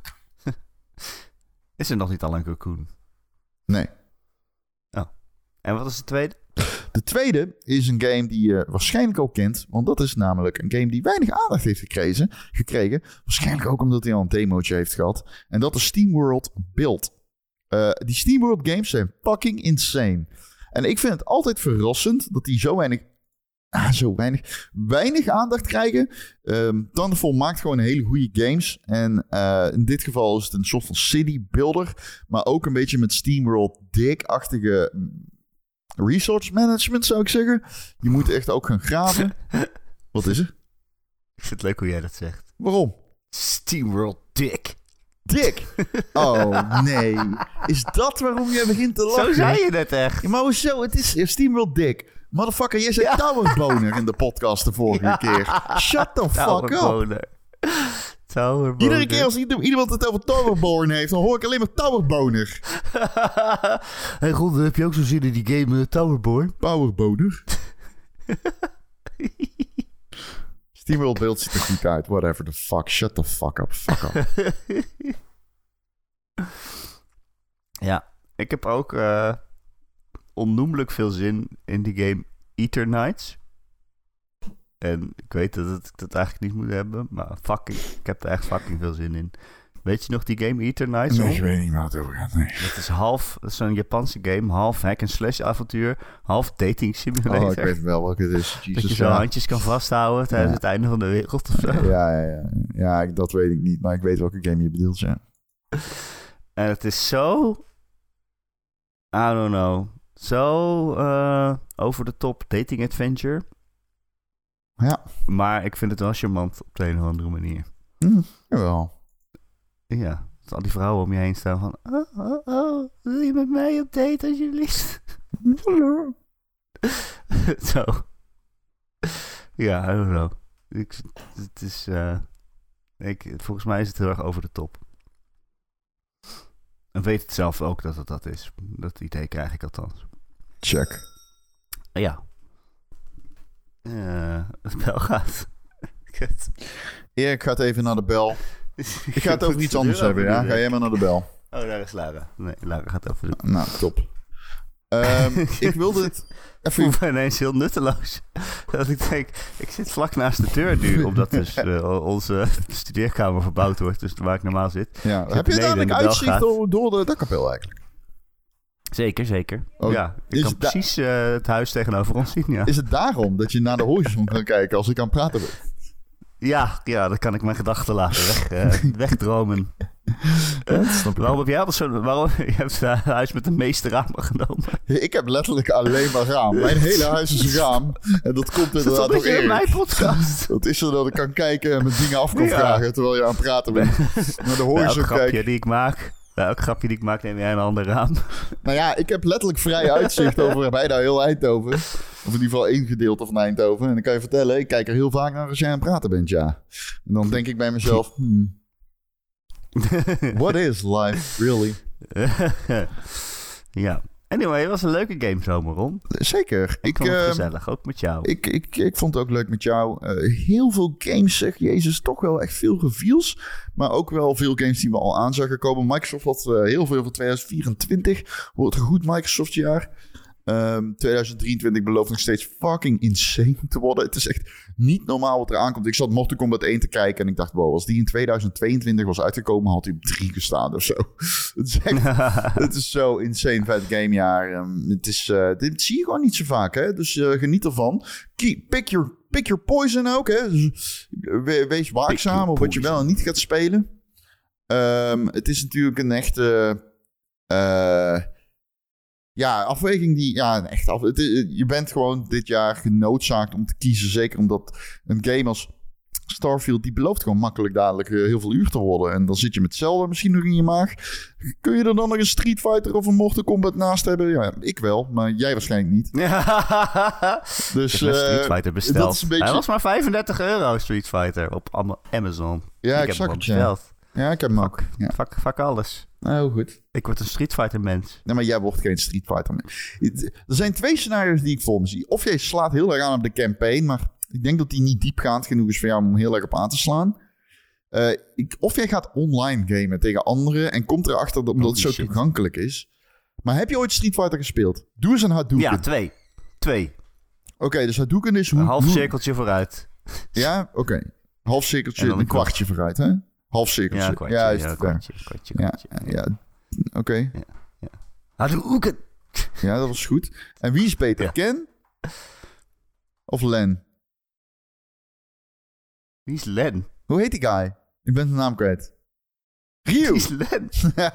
Is er nog niet al een Cocoon? Nee. Oh. En wat is de tweede? De tweede is een game die je waarschijnlijk ook kent. Want dat is namelijk een game die weinig aandacht heeft gekregen. Waarschijnlijk ook omdat hij al een demootje heeft gehad. En dat is SteamWorld Build. Die SteamWorld games zijn fucking insane. En ik vind het altijd verrassend dat die zo weinig aandacht krijgen. Thunderful maakt gewoon hele goede games. En in dit geval is het een soort van city builder. Maar ook een beetje met SteamWorld Dig-achtige resource management, zou ik zeggen. Je moet echt ook gaan graven. Wat is er? Ik vind het leuk hoe jij dat zegt. Waarom? SteamWorld Dick. Dick? Oh, nee. Is dat waarom jij begint te lachen? Zo zei je net echt. Ja, maar hoezo? Het is SteamWorld Dick. Motherfucker, jij zei Towerboner in de podcast de vorige keer. Shut the fuck up. Towerboner. Iedere keer als iemand het over Towerboner heeft, dan hoor ik alleen maar Towerboner. Hey God, heb je ook zo zin in die game Towerboner? Powerboner? SteamWorld Build ziet er goed uit. Whatever the fuck. Shut the fuck up. Fuck up. Ja, ik heb ook onnoemelijk veel zin in die game Eternights. En ik weet dat ik dat eigenlijk niet moet hebben, maar ik heb er echt fucking veel zin in. Weet je nog die game Eternights? Nee, ik weet niet waar het over gaat, nee. Dat is zo'n Japanse game, half hack-and-slash avontuur, half dating simulator. Oh, ik weet wel welke het is. Jesus, dat je zo handjes kan vasthouden tijdens het einde van de wereld of zo. Ja, dat weet ik niet, maar ik weet welke game je bedoelt, ja. En het is zo... I don't know. Zo over de top dating adventure. Ja. Maar ik vind het wel charmant op de een of andere manier. Jawel. Ja, dat al die vrouwen om je heen staan van... Oh, wil je met mij op date alsjeblieft? Zo. Ja, I don't know. Het is... volgens mij is het heel erg over de top. En weet het zelf ook dat het dat is. Dat idee krijg ik althans. Check. Ja. Het bel gaat. Erik gaat even naar de bel. Ik ga het over iets anders hebben, ja? Ga jij maar naar de bel. Oh, daar is Lara. Nee, Lara gaat over de... Nou, top. Ik wilde het... Ik voel me ineens heel nutteloos. Dat ik denk, ik zit vlak naast de deur nu, omdat dus onze studeerkamer verbouwd wordt, dus waar ik normaal zit. Ja. Heb je dadelijk uitzicht door de dakkapel eigenlijk? Zeker. Oh, ja, ik kan precies het huis tegenover ons zien, ja. Is het daarom dat je naar de horizon kan kijken als ik aan het praten ben? Ja, dan kan ik mijn gedachten laten wegdromen. Waarom heb jij altijd waarom je hebt het huis met de meeste ramen genomen? Ik heb letterlijk alleen maar raam. Mijn hele huis is een raam. En dat komt inderdaad door Erik. Mijn podcast. Dat is zodat ik kan kijken en mijn dingen af kan vragen terwijl je aan het praten bent. Naar de horizon kijken. Elk grapje die ik maak neem jij een ander raam. Nou ja, ik heb letterlijk vrij uitzicht over bijna heel Eindhoven. Of in ieder geval één gedeelte van Eindhoven. En dan kan je vertellen, ik kijk er heel vaak naar als jij aan het praten bent, ja. En dan denk ik bij mezelf, what is life, really? Ja. Anyway, het was een leuke gamezomer, Ron. Zeker. Ik vond het gezellig, ook met jou. Ik vond het ook leuk met jou. Heel veel games, zeg Jezus, toch wel echt veel reveals. Maar ook wel veel games die we al aan zagen komen. Microsoft had heel veel voor 2024. Wordt een goed Microsoft jaar. 2023 belooft nog steeds fucking insane te worden. Het is echt niet normaal wat er aankomt. Ik zat Mortal Kombat 1 te kijken en ik dacht, wow, als die in 2022 was uitgekomen, had hij op 3 gestaan of zo. Het is zo insane vet gamejaar. Dit zie je gewoon niet zo vaak, hè? Dus geniet ervan. Pick your poison ook, hè? Dus, wees waakzaam op wat je wel en niet gaat spelen. Het is natuurlijk een echte... afweging die... Ja, echt je bent gewoon dit jaar genoodzaakt om te kiezen. Zeker omdat een game als Starfield, die belooft gewoon makkelijk dadelijk heel veel uur te worden. En dan zit je met Zelda misschien nog in je maag. Kun je er dan nog een Street Fighter of een Mortal Kombat naast hebben? Ja, ik wel, maar jij waarschijnlijk niet. Dus ik heb Street Fighter besteld. Dat is een beetje... Hij was maar €35, Street Fighter, op Amazon. Ja, ik heb hem besteld. Ja, ik heb hem ook. Ja. Fuck alles. Nou, goed. Ik word een Street Fighter mens. Nee, maar jij wordt geen Street Fighter mens. Er zijn 2 scenario's die ik voor me zie. Of jij slaat heel erg aan op de campaign, maar ik denk dat die niet diepgaand genoeg is voor jou om heel erg op aan te slaan. Of jij gaat online gamen tegen anderen en komt erachter omdat het zo toegankelijk is. Maar heb je ooit Street Fighter gespeeld? Doe eens een Hadouken. Ja, 2. Oké, dus Hadouken is... Een half cirkeltje vooruit. Ja, oké. Half cirkeltje, een kwartje vooruit, hè? Half cirkeltje. Ja, een kwartje. Juist, ja, kwartje. Ja, oké. Ja. Hadouken! Ja, dat was goed. En wie is beter, Ken of Len? Wie is Len? Hoe heet die guy? Ik ben zijn naam kwijt. Ryu! Wie is Len?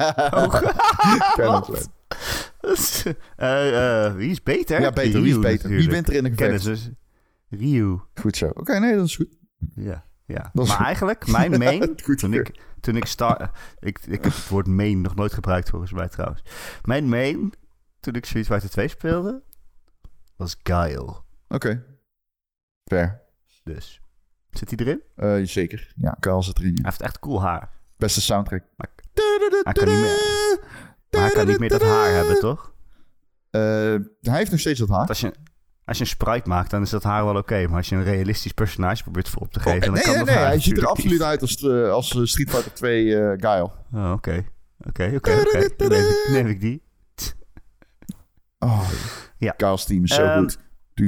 Wie is beter? Ja, beter. Ryu, wie is beter? Natuurlijk. Wie wint er in de gevecht? Dus Ryu. Goed zo. Oké, nee, dat is goed. Ja. Maar goed. Eigenlijk, mijn main... Goed toen ik start... Ik heb het woord main nog nooit gebruikt volgens mij trouwens. Mijn main, toen ik Street Fighter 2 speelde, was Guile. Oké. Fair. Dus... Zit hij erin? Zeker. Ja, Guile zit erin. Ja. Hij heeft echt cool haar. Beste soundtrack. Maar hij kan niet meer dat haar hebben, toch? Hij heeft nog steeds dat haar. Als je een sprite maakt, dan is dat haar wel oké. Maar als je een realistisch personage probeert voor op te geven... dan kan dat nee, haar hij ziet er natuurlijk absoluut uit als Street Fighter 2 Guile. Oh, oké. Dan neem ik die. Oh, ja. Guile's team is zo goed.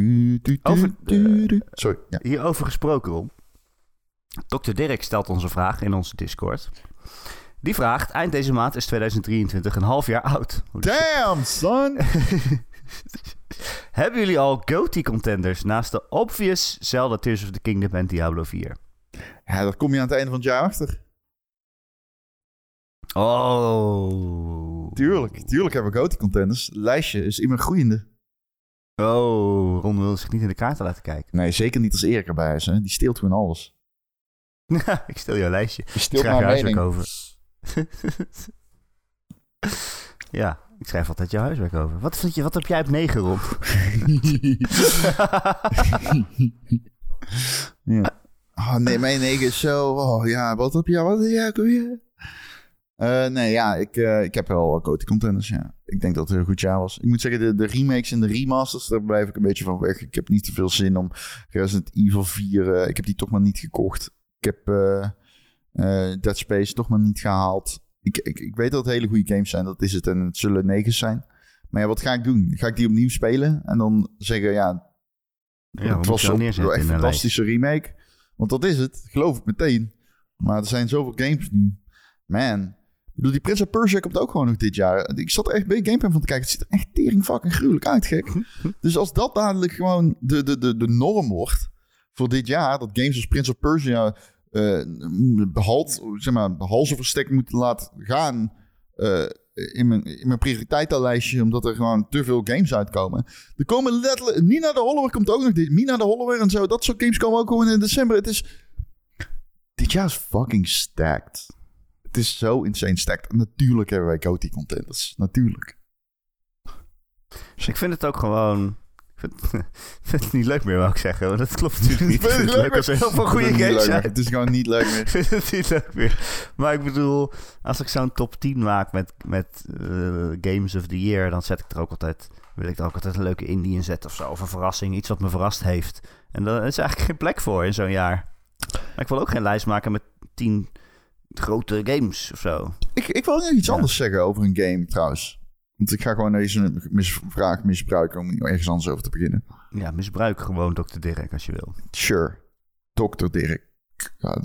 Sorry. Ja. Hierover gesproken, Ron. Dr. Dirk stelt ons een vraag in onze Discord. Die vraagt, eind deze maand is 2023 een half jaar oud. Damn, son! Hebben jullie al GOTY-contenders naast de obvious Zelda Tears of the Kingdom en Diablo 4? Ja, daar kom je aan het einde van het jaar achter. Oh. Tuurlijk hebben we GOTY-contenders. Het lijstje is immer groeiende. Oh, Ron wil zich niet in de kaarten laten kijken. Nee, zeker niet als Erik erbij is. Hè? Die steelt gewoon alles. Ik stel jouw lijstje. Je steelt ik schrijf mijn je mening. huiswerk over. Ja, ik schrijf altijd jouw huiswerk over. Wat heb jij op 9, Ron? Ja. Oh, nee, mijn 9 is zo... Oh ja, wat heb jij? Kom je? Nee, ja, ik heb wel GOTY-contenders, ja. Ik denk dat het een goed jaar was. Ik moet zeggen, de remakes en de remasters, daar blijf ik een beetje van weg. Ik heb niet te veel zin om Resident Evil 4... ik heb die toch maar niet gekocht. Ik heb Dead Space toch maar niet gehaald. Ik weet dat het hele goede games zijn, dat is het. En het zullen 9's zijn. Maar ja, wat ga ik doen? Ga ik die opnieuw spelen? En dan zeggen, het was echt een fantastische remake. Want dat is het, geloof ik meteen. Maar er zijn zoveel games nu. Man. Ik bedoel, die Prince of Persia komt ook gewoon nog dit jaar. Ik zat er echt bij Gamepad van te kijken. Het ziet er echt tering fucking gruwelijk uit, gek. Dus als dat dadelijk gewoon de norm wordt voor dit jaar, dat games als Prince of Persia halzenverstek moeten laten gaan in mijn prioriteitenlijstje, omdat er gewoon te veel games uitkomen. Er komen letterlijk... Nina de Hollower komt ook nog dit. Mina de Hollower en zo. Dat soort games komen ook gewoon in december. Het is... Dit jaar is fucking stacked. Het is zo insane stacked. Natuurlijk hebben wij GOTY-contenders. Natuurlijk. Dus ik vind het ook gewoon... Ik vind het niet leuk meer, wou ik zeggen. Want dat klopt natuurlijk niet. Ik vind het leuk als er heel veel goede games zijn. Het is gewoon niet leuk meer. Ik vind het niet leuk meer. Maar ik bedoel, als ik zo'n top 10 maak met Games of the Year, dan wil ik er ook altijd een leuke indie in zetten of zo. Of een verrassing, iets wat me verrast heeft. En daar is eigenlijk geen plek voor in zo'n jaar. Maar ik wil ook geen lijst maken met 10 grote games of zo. Ik wil nog iets anders zeggen over een game trouwens. Want ik ga gewoon deze vraag misbruiken om ergens anders over te beginnen. Ja, misbruik gewoon Dr. Dirk als je wil. Sure. Dr. Dirk. Ja,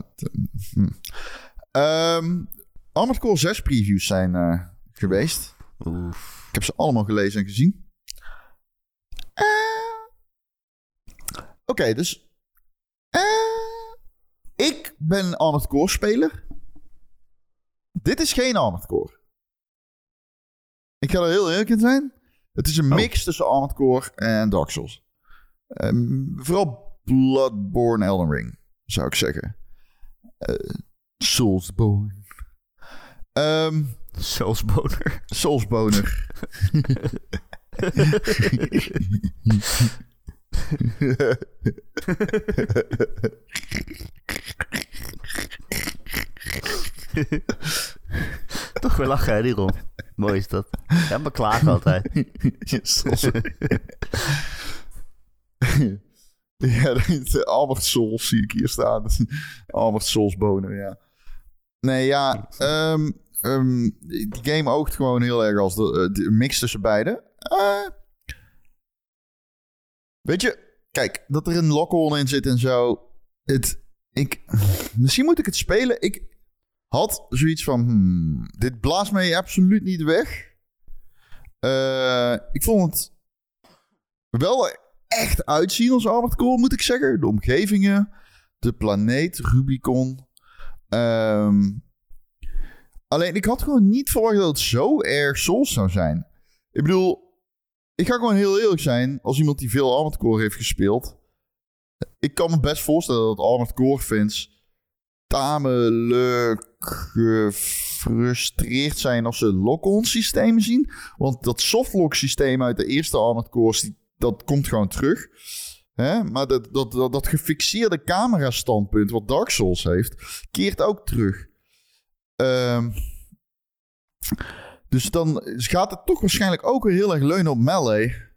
Armored Core 6 previews zijn geweest. Oef. Ik heb ze allemaal gelezen en gezien. Oké, dus... ik ben een Armored Core speler. Dit is geen Armored Core. Ik ga er heel eerlijk in zijn. Het is een mix tussen Armored Core en Dark Souls. Vooral Bloodborne Elden Ring. zou ik zeggen. Soulsborne. Soulsboner. Soulsboner. Toch weer lachen, hè, die Ron. Mooi is dat. Ja, maar klagen altijd. Ja, de Albert Souls zie ik hier staan. Albert Soulsboner, ja. Nee, ja. Die game oogt gewoon heel erg als de mix tussen beide. Weet je, kijk, dat er een lock-on in zit en zo. Misschien moet ik het spelen. Ik had zoiets van, dit blaast mij absoluut niet weg. Ik vond het wel echt uitzien als Armored Core, moet ik zeggen. De omgevingen, de planeet, Rubicon. Alleen, ik had gewoon niet verwacht dat het zo erg Souls zou zijn. Ik bedoel, ik ga gewoon heel eerlijk zijn. Als iemand die veel Armored Core heeft gespeeld. Ik kan me best voorstellen dat Armored Core fans tamelijk gefrustreerd zijn als ze lock-on systemen zien. Want dat softlock systeem uit de eerste Armored Cores, dat komt gewoon terug. Hè? Maar dat gefixeerde camera standpunt wat Dark Souls heeft, keert ook terug. Dus dan gaat het toch waarschijnlijk ook weer heel erg leunen op melee.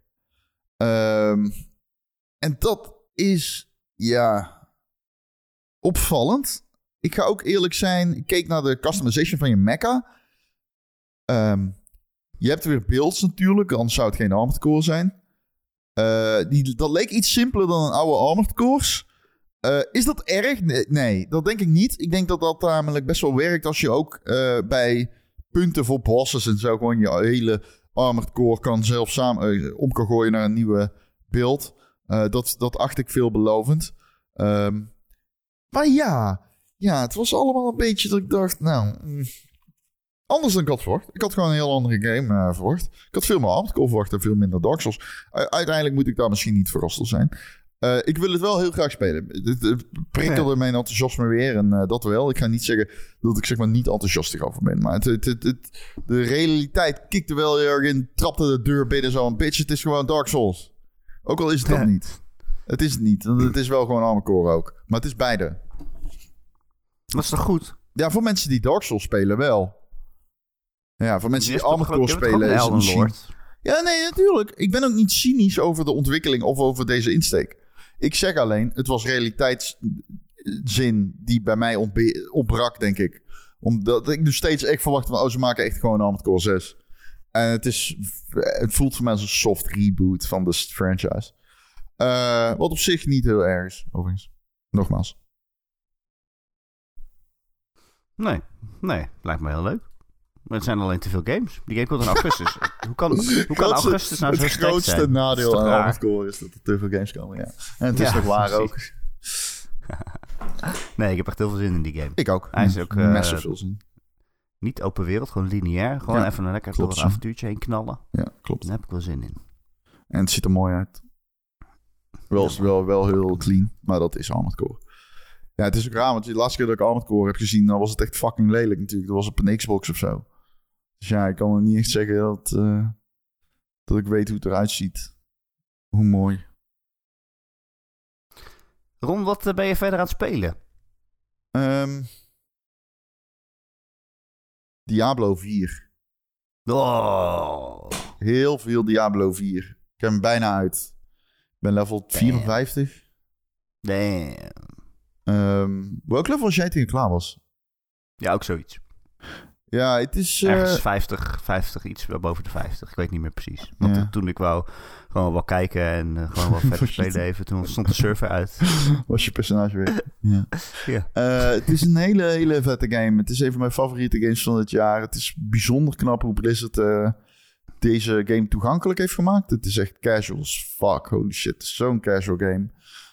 En dat is, ja, opvallend. Ik ga ook eerlijk zijn. Ik keek naar de customization van je mecha. Je hebt weer builds natuurlijk, anders zou het geen Armored Core zijn. Dat leek iets simpeler dan een oude Armored Cores. Is dat erg? Nee, dat denk ik niet. Ik denk dat dat namelijk best wel werkt als je ook bij punten voor bosses en zo gewoon je hele Armored Core kan zelf samen om kan gooien naar een nieuwe build. Dat acht ik veelbelovend. Maar ja, het was allemaal een beetje dat ik dacht, anders dan ik had verwacht. Ik had gewoon een heel andere game verwacht. Ik had veel meer Armored Core verwacht en veel minder Dark Souls. Uiteindelijk moet ik daar misschien niet verrast door zijn. Ik wil het wel heel graag spelen. Het prikkelde mijn enthousiasme weer en dat wel. Ik ga niet zeggen dat ik zeg maar niet enthousiast over ben. Maar de realiteit kikte wel heel erg in. Trapte de deur binnen zo'n bitch. Het is gewoon Dark Souls. Ook al is het dat niet. Het is het niet. Het is wel gewoon Armored Core ook. Maar het is beide. Dat is toch goed? Ja, voor mensen die Dark Souls spelen wel. Ja, voor mensen die Armored Core spelen is het misschien... Ja, nee, natuurlijk. Ik ben ook niet cynisch over de ontwikkeling of over deze insteek. Ik zeg alleen, het was realiteitszin die bij mij ontbrak, denk ik. Omdat ik dus steeds echt verwacht van, ze maken echt gewoon Armored Core 6. En het voelt voor mij als een soft reboot van de franchise. Wat op zich niet heel erg is, overigens. Nogmaals. Nee, lijkt me heel leuk. Maar het zijn alleen te veel games. Die game komt in augustus. Hoe kan augustus nou zo sterk zijn? Het grootste nadeel aan Armored Core is dat er te veel games komen, ja. En het is toch waar ook. Nee, ik heb echt heel veel zin in die game. Ik ook. Hij is ook massive veel zin. Niet open wereld, gewoon lineair. Gewoon even een lekker door het avontuurtje heen knallen. Ja, klopt. Daar heb ik wel zin in. En het ziet er mooi uit. Wel heel clean, maar dat is Armored Core. Ja, het is ook raar, want de laatste keer dat ik Armored Core heb gezien, dan was het echt fucking lelijk natuurlijk. Dat was op een Xbox of zo. Dus ja, ik kan er niet echt zeggen dat ik weet hoe het eruit ziet. Hoe mooi. Ron, wat ben je verder aan het spelen? Diablo 4. Oh. Heel veel Diablo 4. Ik heb hem bijna uit. Ik ben level 54. Damn. Welk level was jij toen je klaar was? Ja, ook zoiets. Ja, het is... Ergens 50, iets wel boven de 50. Ik weet niet meer precies. Want toen ik wou gewoon wel kijken en gewoon wel verder spelen even. Toen stond de server uit. Was je personage weer. Ja. Ja. Het is een hele vette game. Het is een van mijn favoriete games van het jaar. Het is bijzonder knap hoe Blizzard deze game toegankelijk heeft gemaakt. Het is echt casual as fuck. Holy shit, het is zo'n casual game.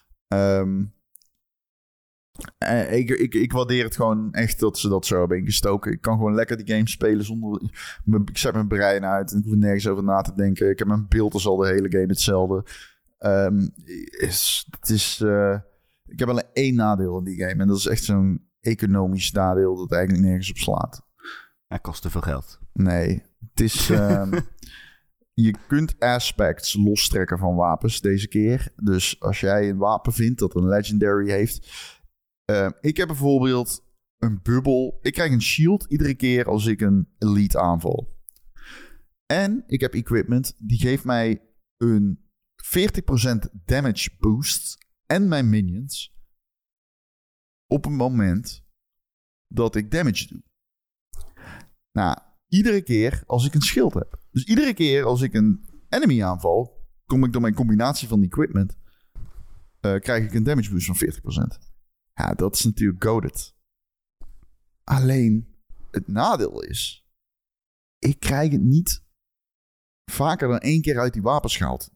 Ik waardeer het gewoon echt dat ze dat zo hebben ingestoken. Ik kan gewoon lekker die game spelen zonder... Ik zet mijn brein uit en ik hoef nergens over na te denken. Ik heb mijn beeld als al de hele game hetzelfde. Ik heb alleen 1 nadeel in die game. En dat is echt zo'n economisch nadeel dat eigenlijk nergens op slaat. Hij kost te veel geld. Nee, het is... je kunt aspects lostrekken van wapens deze keer. Dus als jij een wapen vindt dat een legendary heeft... ik heb bijvoorbeeld een bubbel. Ik krijg een shield iedere keer als ik een elite aanval. En ik heb equipment die geeft mij een 40% damage boost en mijn minions op een moment dat ik damage doe. Nou, iedere keer als ik een schild heb. Dus iedere keer als ik een enemy aanval, kom ik door mijn combinatie van equipment, krijg ik een damage boost van 40%. Ja, dat is natuurlijk goated. Alleen, het nadeel is, ik krijg het niet vaker dan 1 keer uit die wapens gehaald.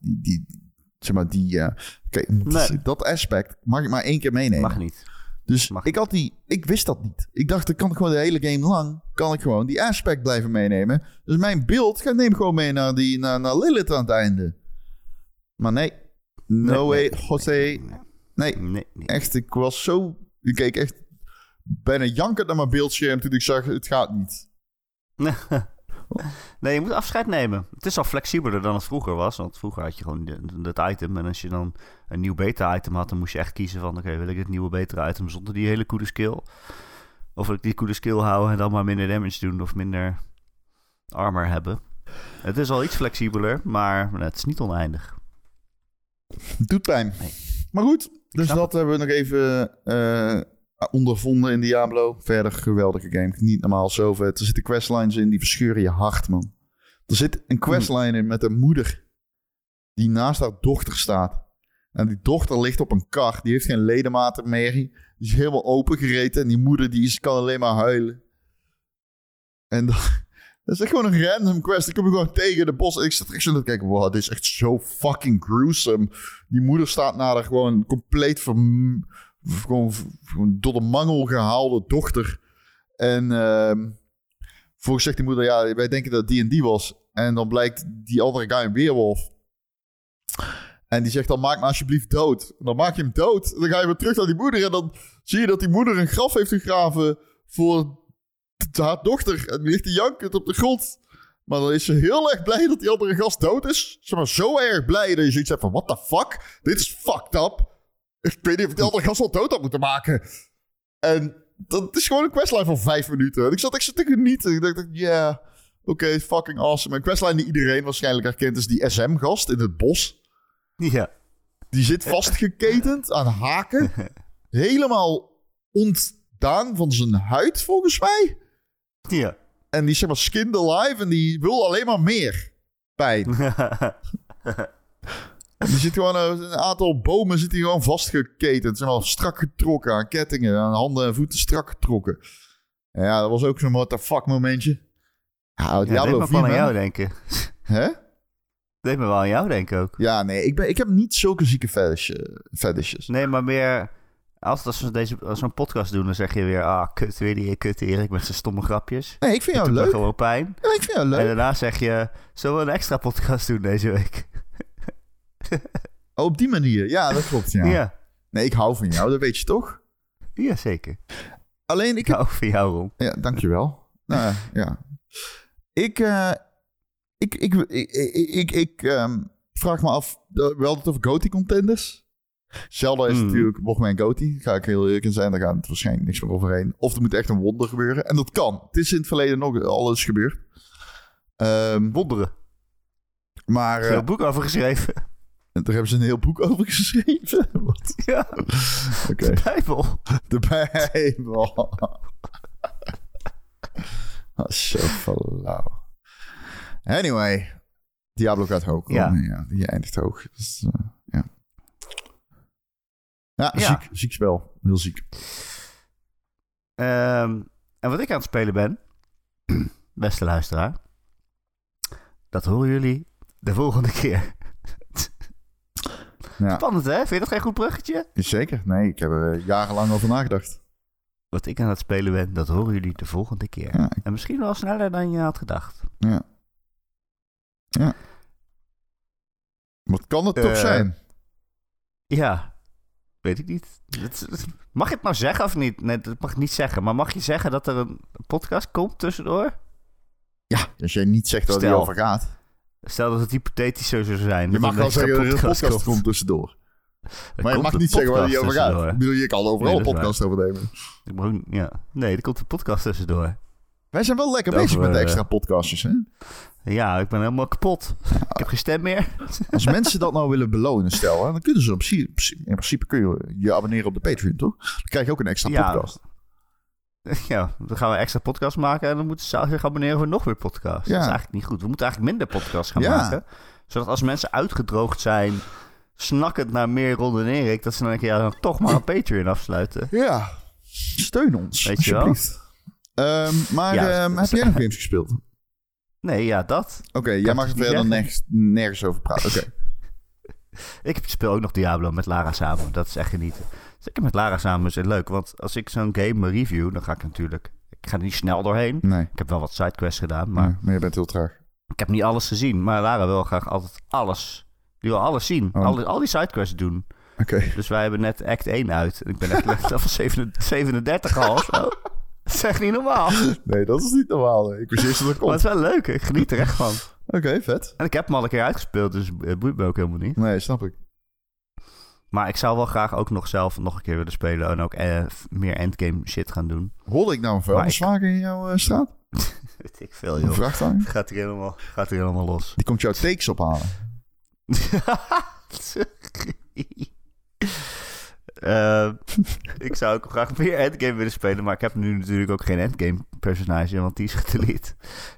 Dat aspect mag ik maar 1 keer meenemen. Mag niet. Dus ik wist dat niet. Ik dacht, ik kan gewoon de hele game lang, kan ik gewoon die aspect blijven meenemen. Dus mijn beeld neem gewoon mee naar Lilith aan het einde. Maar nee. No way, José. Nee. Echt, ik was zo... Ik keek echt bijna jankend naar mijn beeldscherm toen ik zag, het gaat niet. Nee, je moet afscheid nemen. Het is al flexibeler dan het vroeger was. Want vroeger had je gewoon dat item. En als je dan een nieuw beta-item had, dan moest je echt kiezen van... Oké, wil ik het nieuwe betere item zonder die hele coole skill? Of wil ik die coole skill houden en dan maar minder damage doen of minder armor hebben? Het is al iets flexibeler, maar het is niet oneindig. Het doet pijn. Nee. Maar goed, dus dat hebben we nog even ondervonden in Diablo. Verder geweldige game. Niet normaal zo vet. Er zitten questlines in die verscheuren je hart, man. Er zit een questline in met een moeder die naast haar dochter staat. En die dochter ligt op een kar. Die heeft geen ledematen meer. Die is helemaal opengereten. En die moeder kan alleen maar huilen. En dat is echt gewoon een random quest. Ik kom je gewoon tegen de bos. En ik zat echt zo te kijken. Wow, dit is echt zo fucking gruesome. Die moeder staat naar haar gewoon compleet gewoon door de mangel gehaalde dochter. En volgens zegt die moeder... Ja, wij denken dat het D&D was. En dan blijkt die andere guy een weerwolf. En die zegt dan, maak me alsjeblieft dood. En dan maak je hem dood. En dan ga je weer terug naar die moeder. En dan zie je dat die moeder een graf heeft gegraven voor haar dochter. En die ligt die jankend op de grond. Maar dan is ze heel erg blij dat die andere gast dood is. Zeg maar zo erg blij dat je zoiets hebt van, what the fuck? Dit is fucked up. Ik weet niet of die andere gast wel dood had moeten maken. En dat is gewoon een questline van 5 minuten. En ik zat echt te genieten. Ik dacht, yeah, oké, fucking awesome. Een questline die iedereen waarschijnlijk herkent is die SM-gast in het bos. Ja. Die zit vastgeketend aan haken. Helemaal ontdaan van zijn huid, volgens mij. Ja. En die is zeg maar skinned alive en die wil alleen maar meer pijn. Die zit gewoon een aantal bomen zit hij gewoon vastgeketend. Zeg maar strak getrokken aan kettingen, aan handen en voeten strak getrokken. En ja, dat was ook zo'n what the fuck momentje. Ja, Diablo 4, wel aan jou denken. Hè? Deed me wel aan jou denken ook. Ja, nee, ik heb niet zulke zieke fetishes. Nee, maar meer... Als we zo'n podcast doen, dan zeg je weer... kut, weer die kut Erik met zijn stomme grapjes. Nee, ik vind jou leuk. Gewoon pijn. Ja, ik vind jou leuk. En daarna zeg je... Zullen we een extra podcast doen deze week? Oh, op die manier. Ja, dat klopt, ja. Nee, ik hou van jou, dat weet je toch? Ja, zeker. Alleen ik hou van jou, Ron. Ja, dankjewel. Nou, ja. Ik vraag me af... We hadden het over GOTY-contenders. Zelda is natuurlijk, mocht mijn GOTY. Ga ik heel eerlijk in zijn, daar gaat het waarschijnlijk niks meer overheen. Of er moet echt een wonder gebeuren. En dat kan. Het is in het verleden nog alles gebeurd. Wonderen. Maar... Er is een heel boek over geschreven. En daar hebben ze een heel boek over geschreven. Wat? Ja. Okay. De Bijbel. De Bijbel. Zo flauw. Anyway. Diablo gaat hoog. Ja. Ja, die eindigt hoog. Dus, ja. Ja, ziek spel. Heel ziek. En wat ik aan het spelen ben, beste luisteraar, dat horen jullie de volgende keer. Ja. Spannend, hè? Vind je dat geen goed bruggetje? Zeker. Nee, ik heb er jarenlang over nagedacht. Wat ik aan het spelen ben, dat horen jullie de volgende keer. Ja, en misschien wel sneller dan je had gedacht. Ja. Wat kan het toch zijn? Ja. Weet ik niet. Mag je het nou zeggen of niet? Nee, dat mag ik niet zeggen. Maar mag je zeggen dat er een podcast komt tussendoor? Ja, als jij niet zegt dat het over gaat. Stel dat het hypothetisch zo zou zijn. Je mag wel zeggen dat er een podcast komt tussendoor. Maar je mag niet zeggen waar die over gaat. Ik bedoel, je kan overal een podcast over nemen. Nee, er komt een podcast tussendoor. Wij zijn wel lekker bezig met de extra podcastjes, hè? Ja, ik ben helemaal kapot. Ik heb geen stem meer. Als mensen dat nou willen belonen, stel, hè, dan kunnen ze in principe kun je je abonneren op de Patreon, toch? Dan krijg je ook een extra podcast. Ja, dan gaan we extra podcast maken en dan moeten ze zich abonneren voor nog weer podcast. Ja. Dat is eigenlijk niet goed. We moeten eigenlijk minder podcasts gaan maken. Zodat als mensen uitgedroogd zijn, snakkend naar meer Ron en Erik, dat ze dan denken, ja, dan toch maar een Patreon afsluiten. Ja, steun ons. Weet je wel? Maar heb jij nog games gespeeld? Nee, ja, dat. Oké, jij mag er verder nergens over praten. Oké. Ik speel ook nog Diablo met Lara samen. Dat is echt genieten. Zeker met Lara samen is het leuk. Want als ik zo'n game review, dan ga ik natuurlijk... Ik ga er niet snel doorheen. Nee. Ik heb wel wat sidequests gedaan, maar... maar je bent heel traag. Ik heb niet alles gezien, maar Lara wil graag altijd alles. Die wil alles zien. Al die sidequests doen. Oké. Dus wij hebben net act 1 uit. Ik ben echt level 37 al of zo. Dat is echt niet normaal. Nee, dat is niet normaal. Ik wist eerst dat er komt. Maar het is wel leuk. Ik geniet er echt van. Oké, vet. En ik heb hem al een keer uitgespeeld, dus het boeit me ook helemaal niet. Nee, snap ik. Maar ik zou wel graag ook nog zelf nog een keer willen spelen en ook meer endgame shit gaan doen. Hoorde ik nou een vuilniswagen in jouw straat? Weet ik veel, joh. Een vrachtwagen? Gaat hier helemaal los. Die komt jouw takes ophalen. Ik zou ook graag meer endgame willen spelen, maar ik heb nu natuurlijk ook geen endgame personage, want die is gedelete.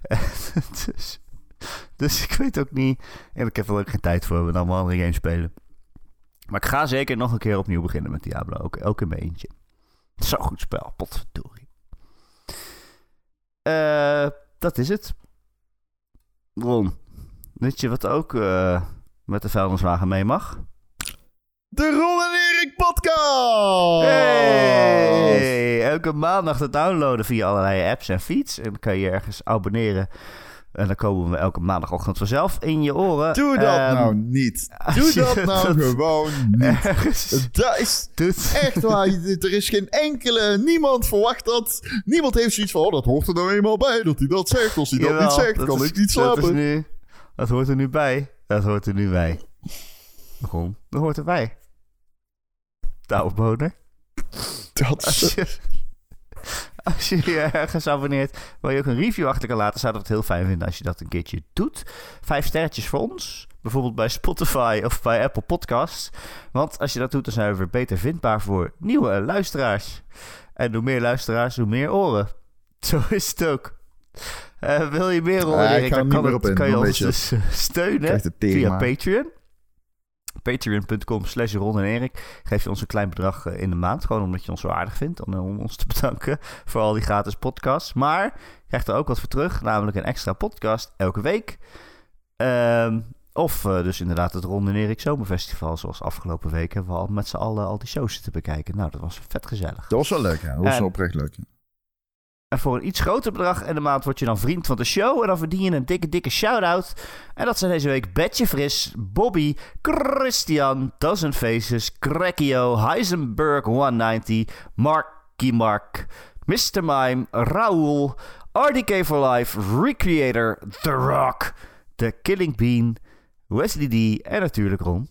Dus ik weet ook niet. En ik heb er ook geen tijd voor. We dan allemaal andere games spelen. Maar ik ga zeker nog een keer opnieuw beginnen met Diablo. Ook in mijn eentje. Zo'n goed spel. Potverdorie. Dat is het. Ron, weet je wat ook met de vuilniswagen mee mag? De Ron en Erik podcast! Hey! Elke maandag te downloaden via allerlei apps en feeds. En dan kan je ergens abonneren. En dan komen we elke maandagochtend vanzelf in je oren. Doe dat nou niet. Doe dat nou gewoon niet. Dat is echt waar. Er is geen enkele... Niemand verwacht dat. Niemand heeft zoiets van... dat hoort er nou eenmaal bij dat hij dat zegt. Als hij dat niet zegt, kan ik niet slapen. Dat hoort er nu bij. Dat hoort er nu bij. Waarom? Dat hoort erbij. Touwboner. Als je je ergens abonneert, waar je ook een review achter kan laten, zouden we het heel fijn vinden als je dat een keertje doet. 5 sterretjes voor ons, bijvoorbeeld bij Spotify of bij Apple Podcasts. Want als je dat doet, dan zijn we weer beter vindbaar voor nieuwe luisteraars. En hoe meer luisteraars, hoe meer oren. Zo is het ook. Wil je meer horen, Erik, dan kan je ons dus steunen via Patreon. Patreon.com/Ron en Erik. Geef je ons een klein bedrag in de maand. Gewoon omdat je ons zo aardig vindt. Om ons te bedanken voor al die gratis podcasts. Maar je krijgt er ook wat voor terug. Namelijk een extra podcast elke week. Of dus inderdaad het Ron en Erik Zomerfestival. Zoals afgelopen week hebben we al met z'n allen al die shows zitten bekijken. Nou, dat was vet gezellig. Dat was wel leuk, ja. Dat was wel oprecht leuk, ja. En voor een iets groter bedrag in de maand word je dan vriend van de show. En dan verdien je een dikke shout-out. En dat zijn deze week Betje Fris, Bobby, Christian, Dozen Faces, Crackio, Heisenberg 190, Marky Mark, Mr. Mime, Raoul, RDK for Life, Recreator, The Rock, The Killing Bean, Wesley D. en natuurlijk Ron.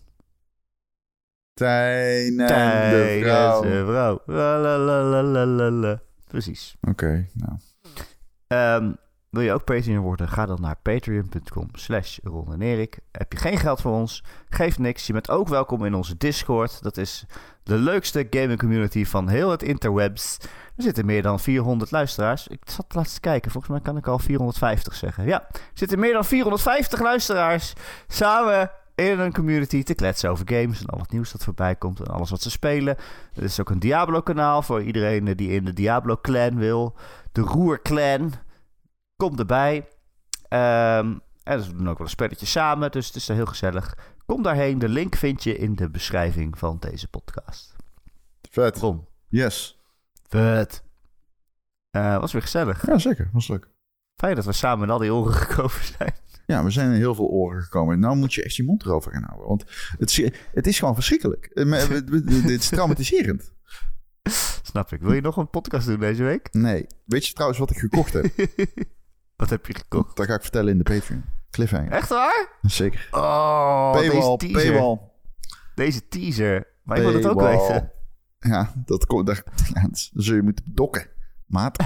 Tijn en de vrouw. Lalalala. Precies. Oké, nou. Wil je ook Patreon worden? Ga dan naar patreon.com/Ron en Erik. Heb je geen geld voor ons? Geef niks. Je bent ook welkom in onze Discord. Dat is de leukste gaming community van heel het interwebs. Er zitten meer dan 400 luisteraars. Ik zat laatst te kijken. Volgens mij kan ik al 450 zeggen. Ja, er zitten meer dan 450 luisteraars samen in een community te kletsen over games en al het nieuws dat voorbij komt en alles wat ze spelen. Er is ook een Diablo-kanaal voor iedereen die in de Diablo-clan wil. De Roer-clan komt erbij. En we doen ook wel een spelletje samen, dus het is heel gezellig. Kom daarheen, de link vind je in de beschrijving van deze podcast. Vet. Ron. Yes. Vet. Was weer gezellig. Ja, zeker. Was leuk. Fijn dat we samen in al die oren gekomen zijn. Ja, we zijn in heel veel oren gekomen. Nou moet je echt je mond erover gaan houden. Want het is gewoon verschrikkelijk. Dit is traumatiserend. Snap ik. Wil je nog een podcast doen deze week? Nee. Weet je trouwens wat ik gekocht heb? Wat heb je gekocht? Dat ga ik vertellen in de Patreon. Cliffhanger. Echt waar? Zeker. Oh, paywall, deze teaser. paywall. Deze teaser. Maar ik wil het ook weten. Ja, dan zul je moeten dokken. Maat.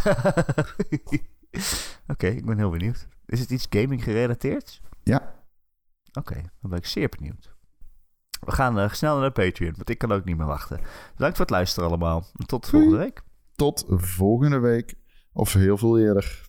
Oké, ik ben heel benieuwd. Is het iets gaming gerelateerd? Ja. Oké, dan ben ik zeer benieuwd. We gaan snel naar de Patreon, want ik kan ook niet meer wachten. Bedankt voor het luisteren allemaal. En tot volgende week. Tot volgende week. Of heel veel eerder.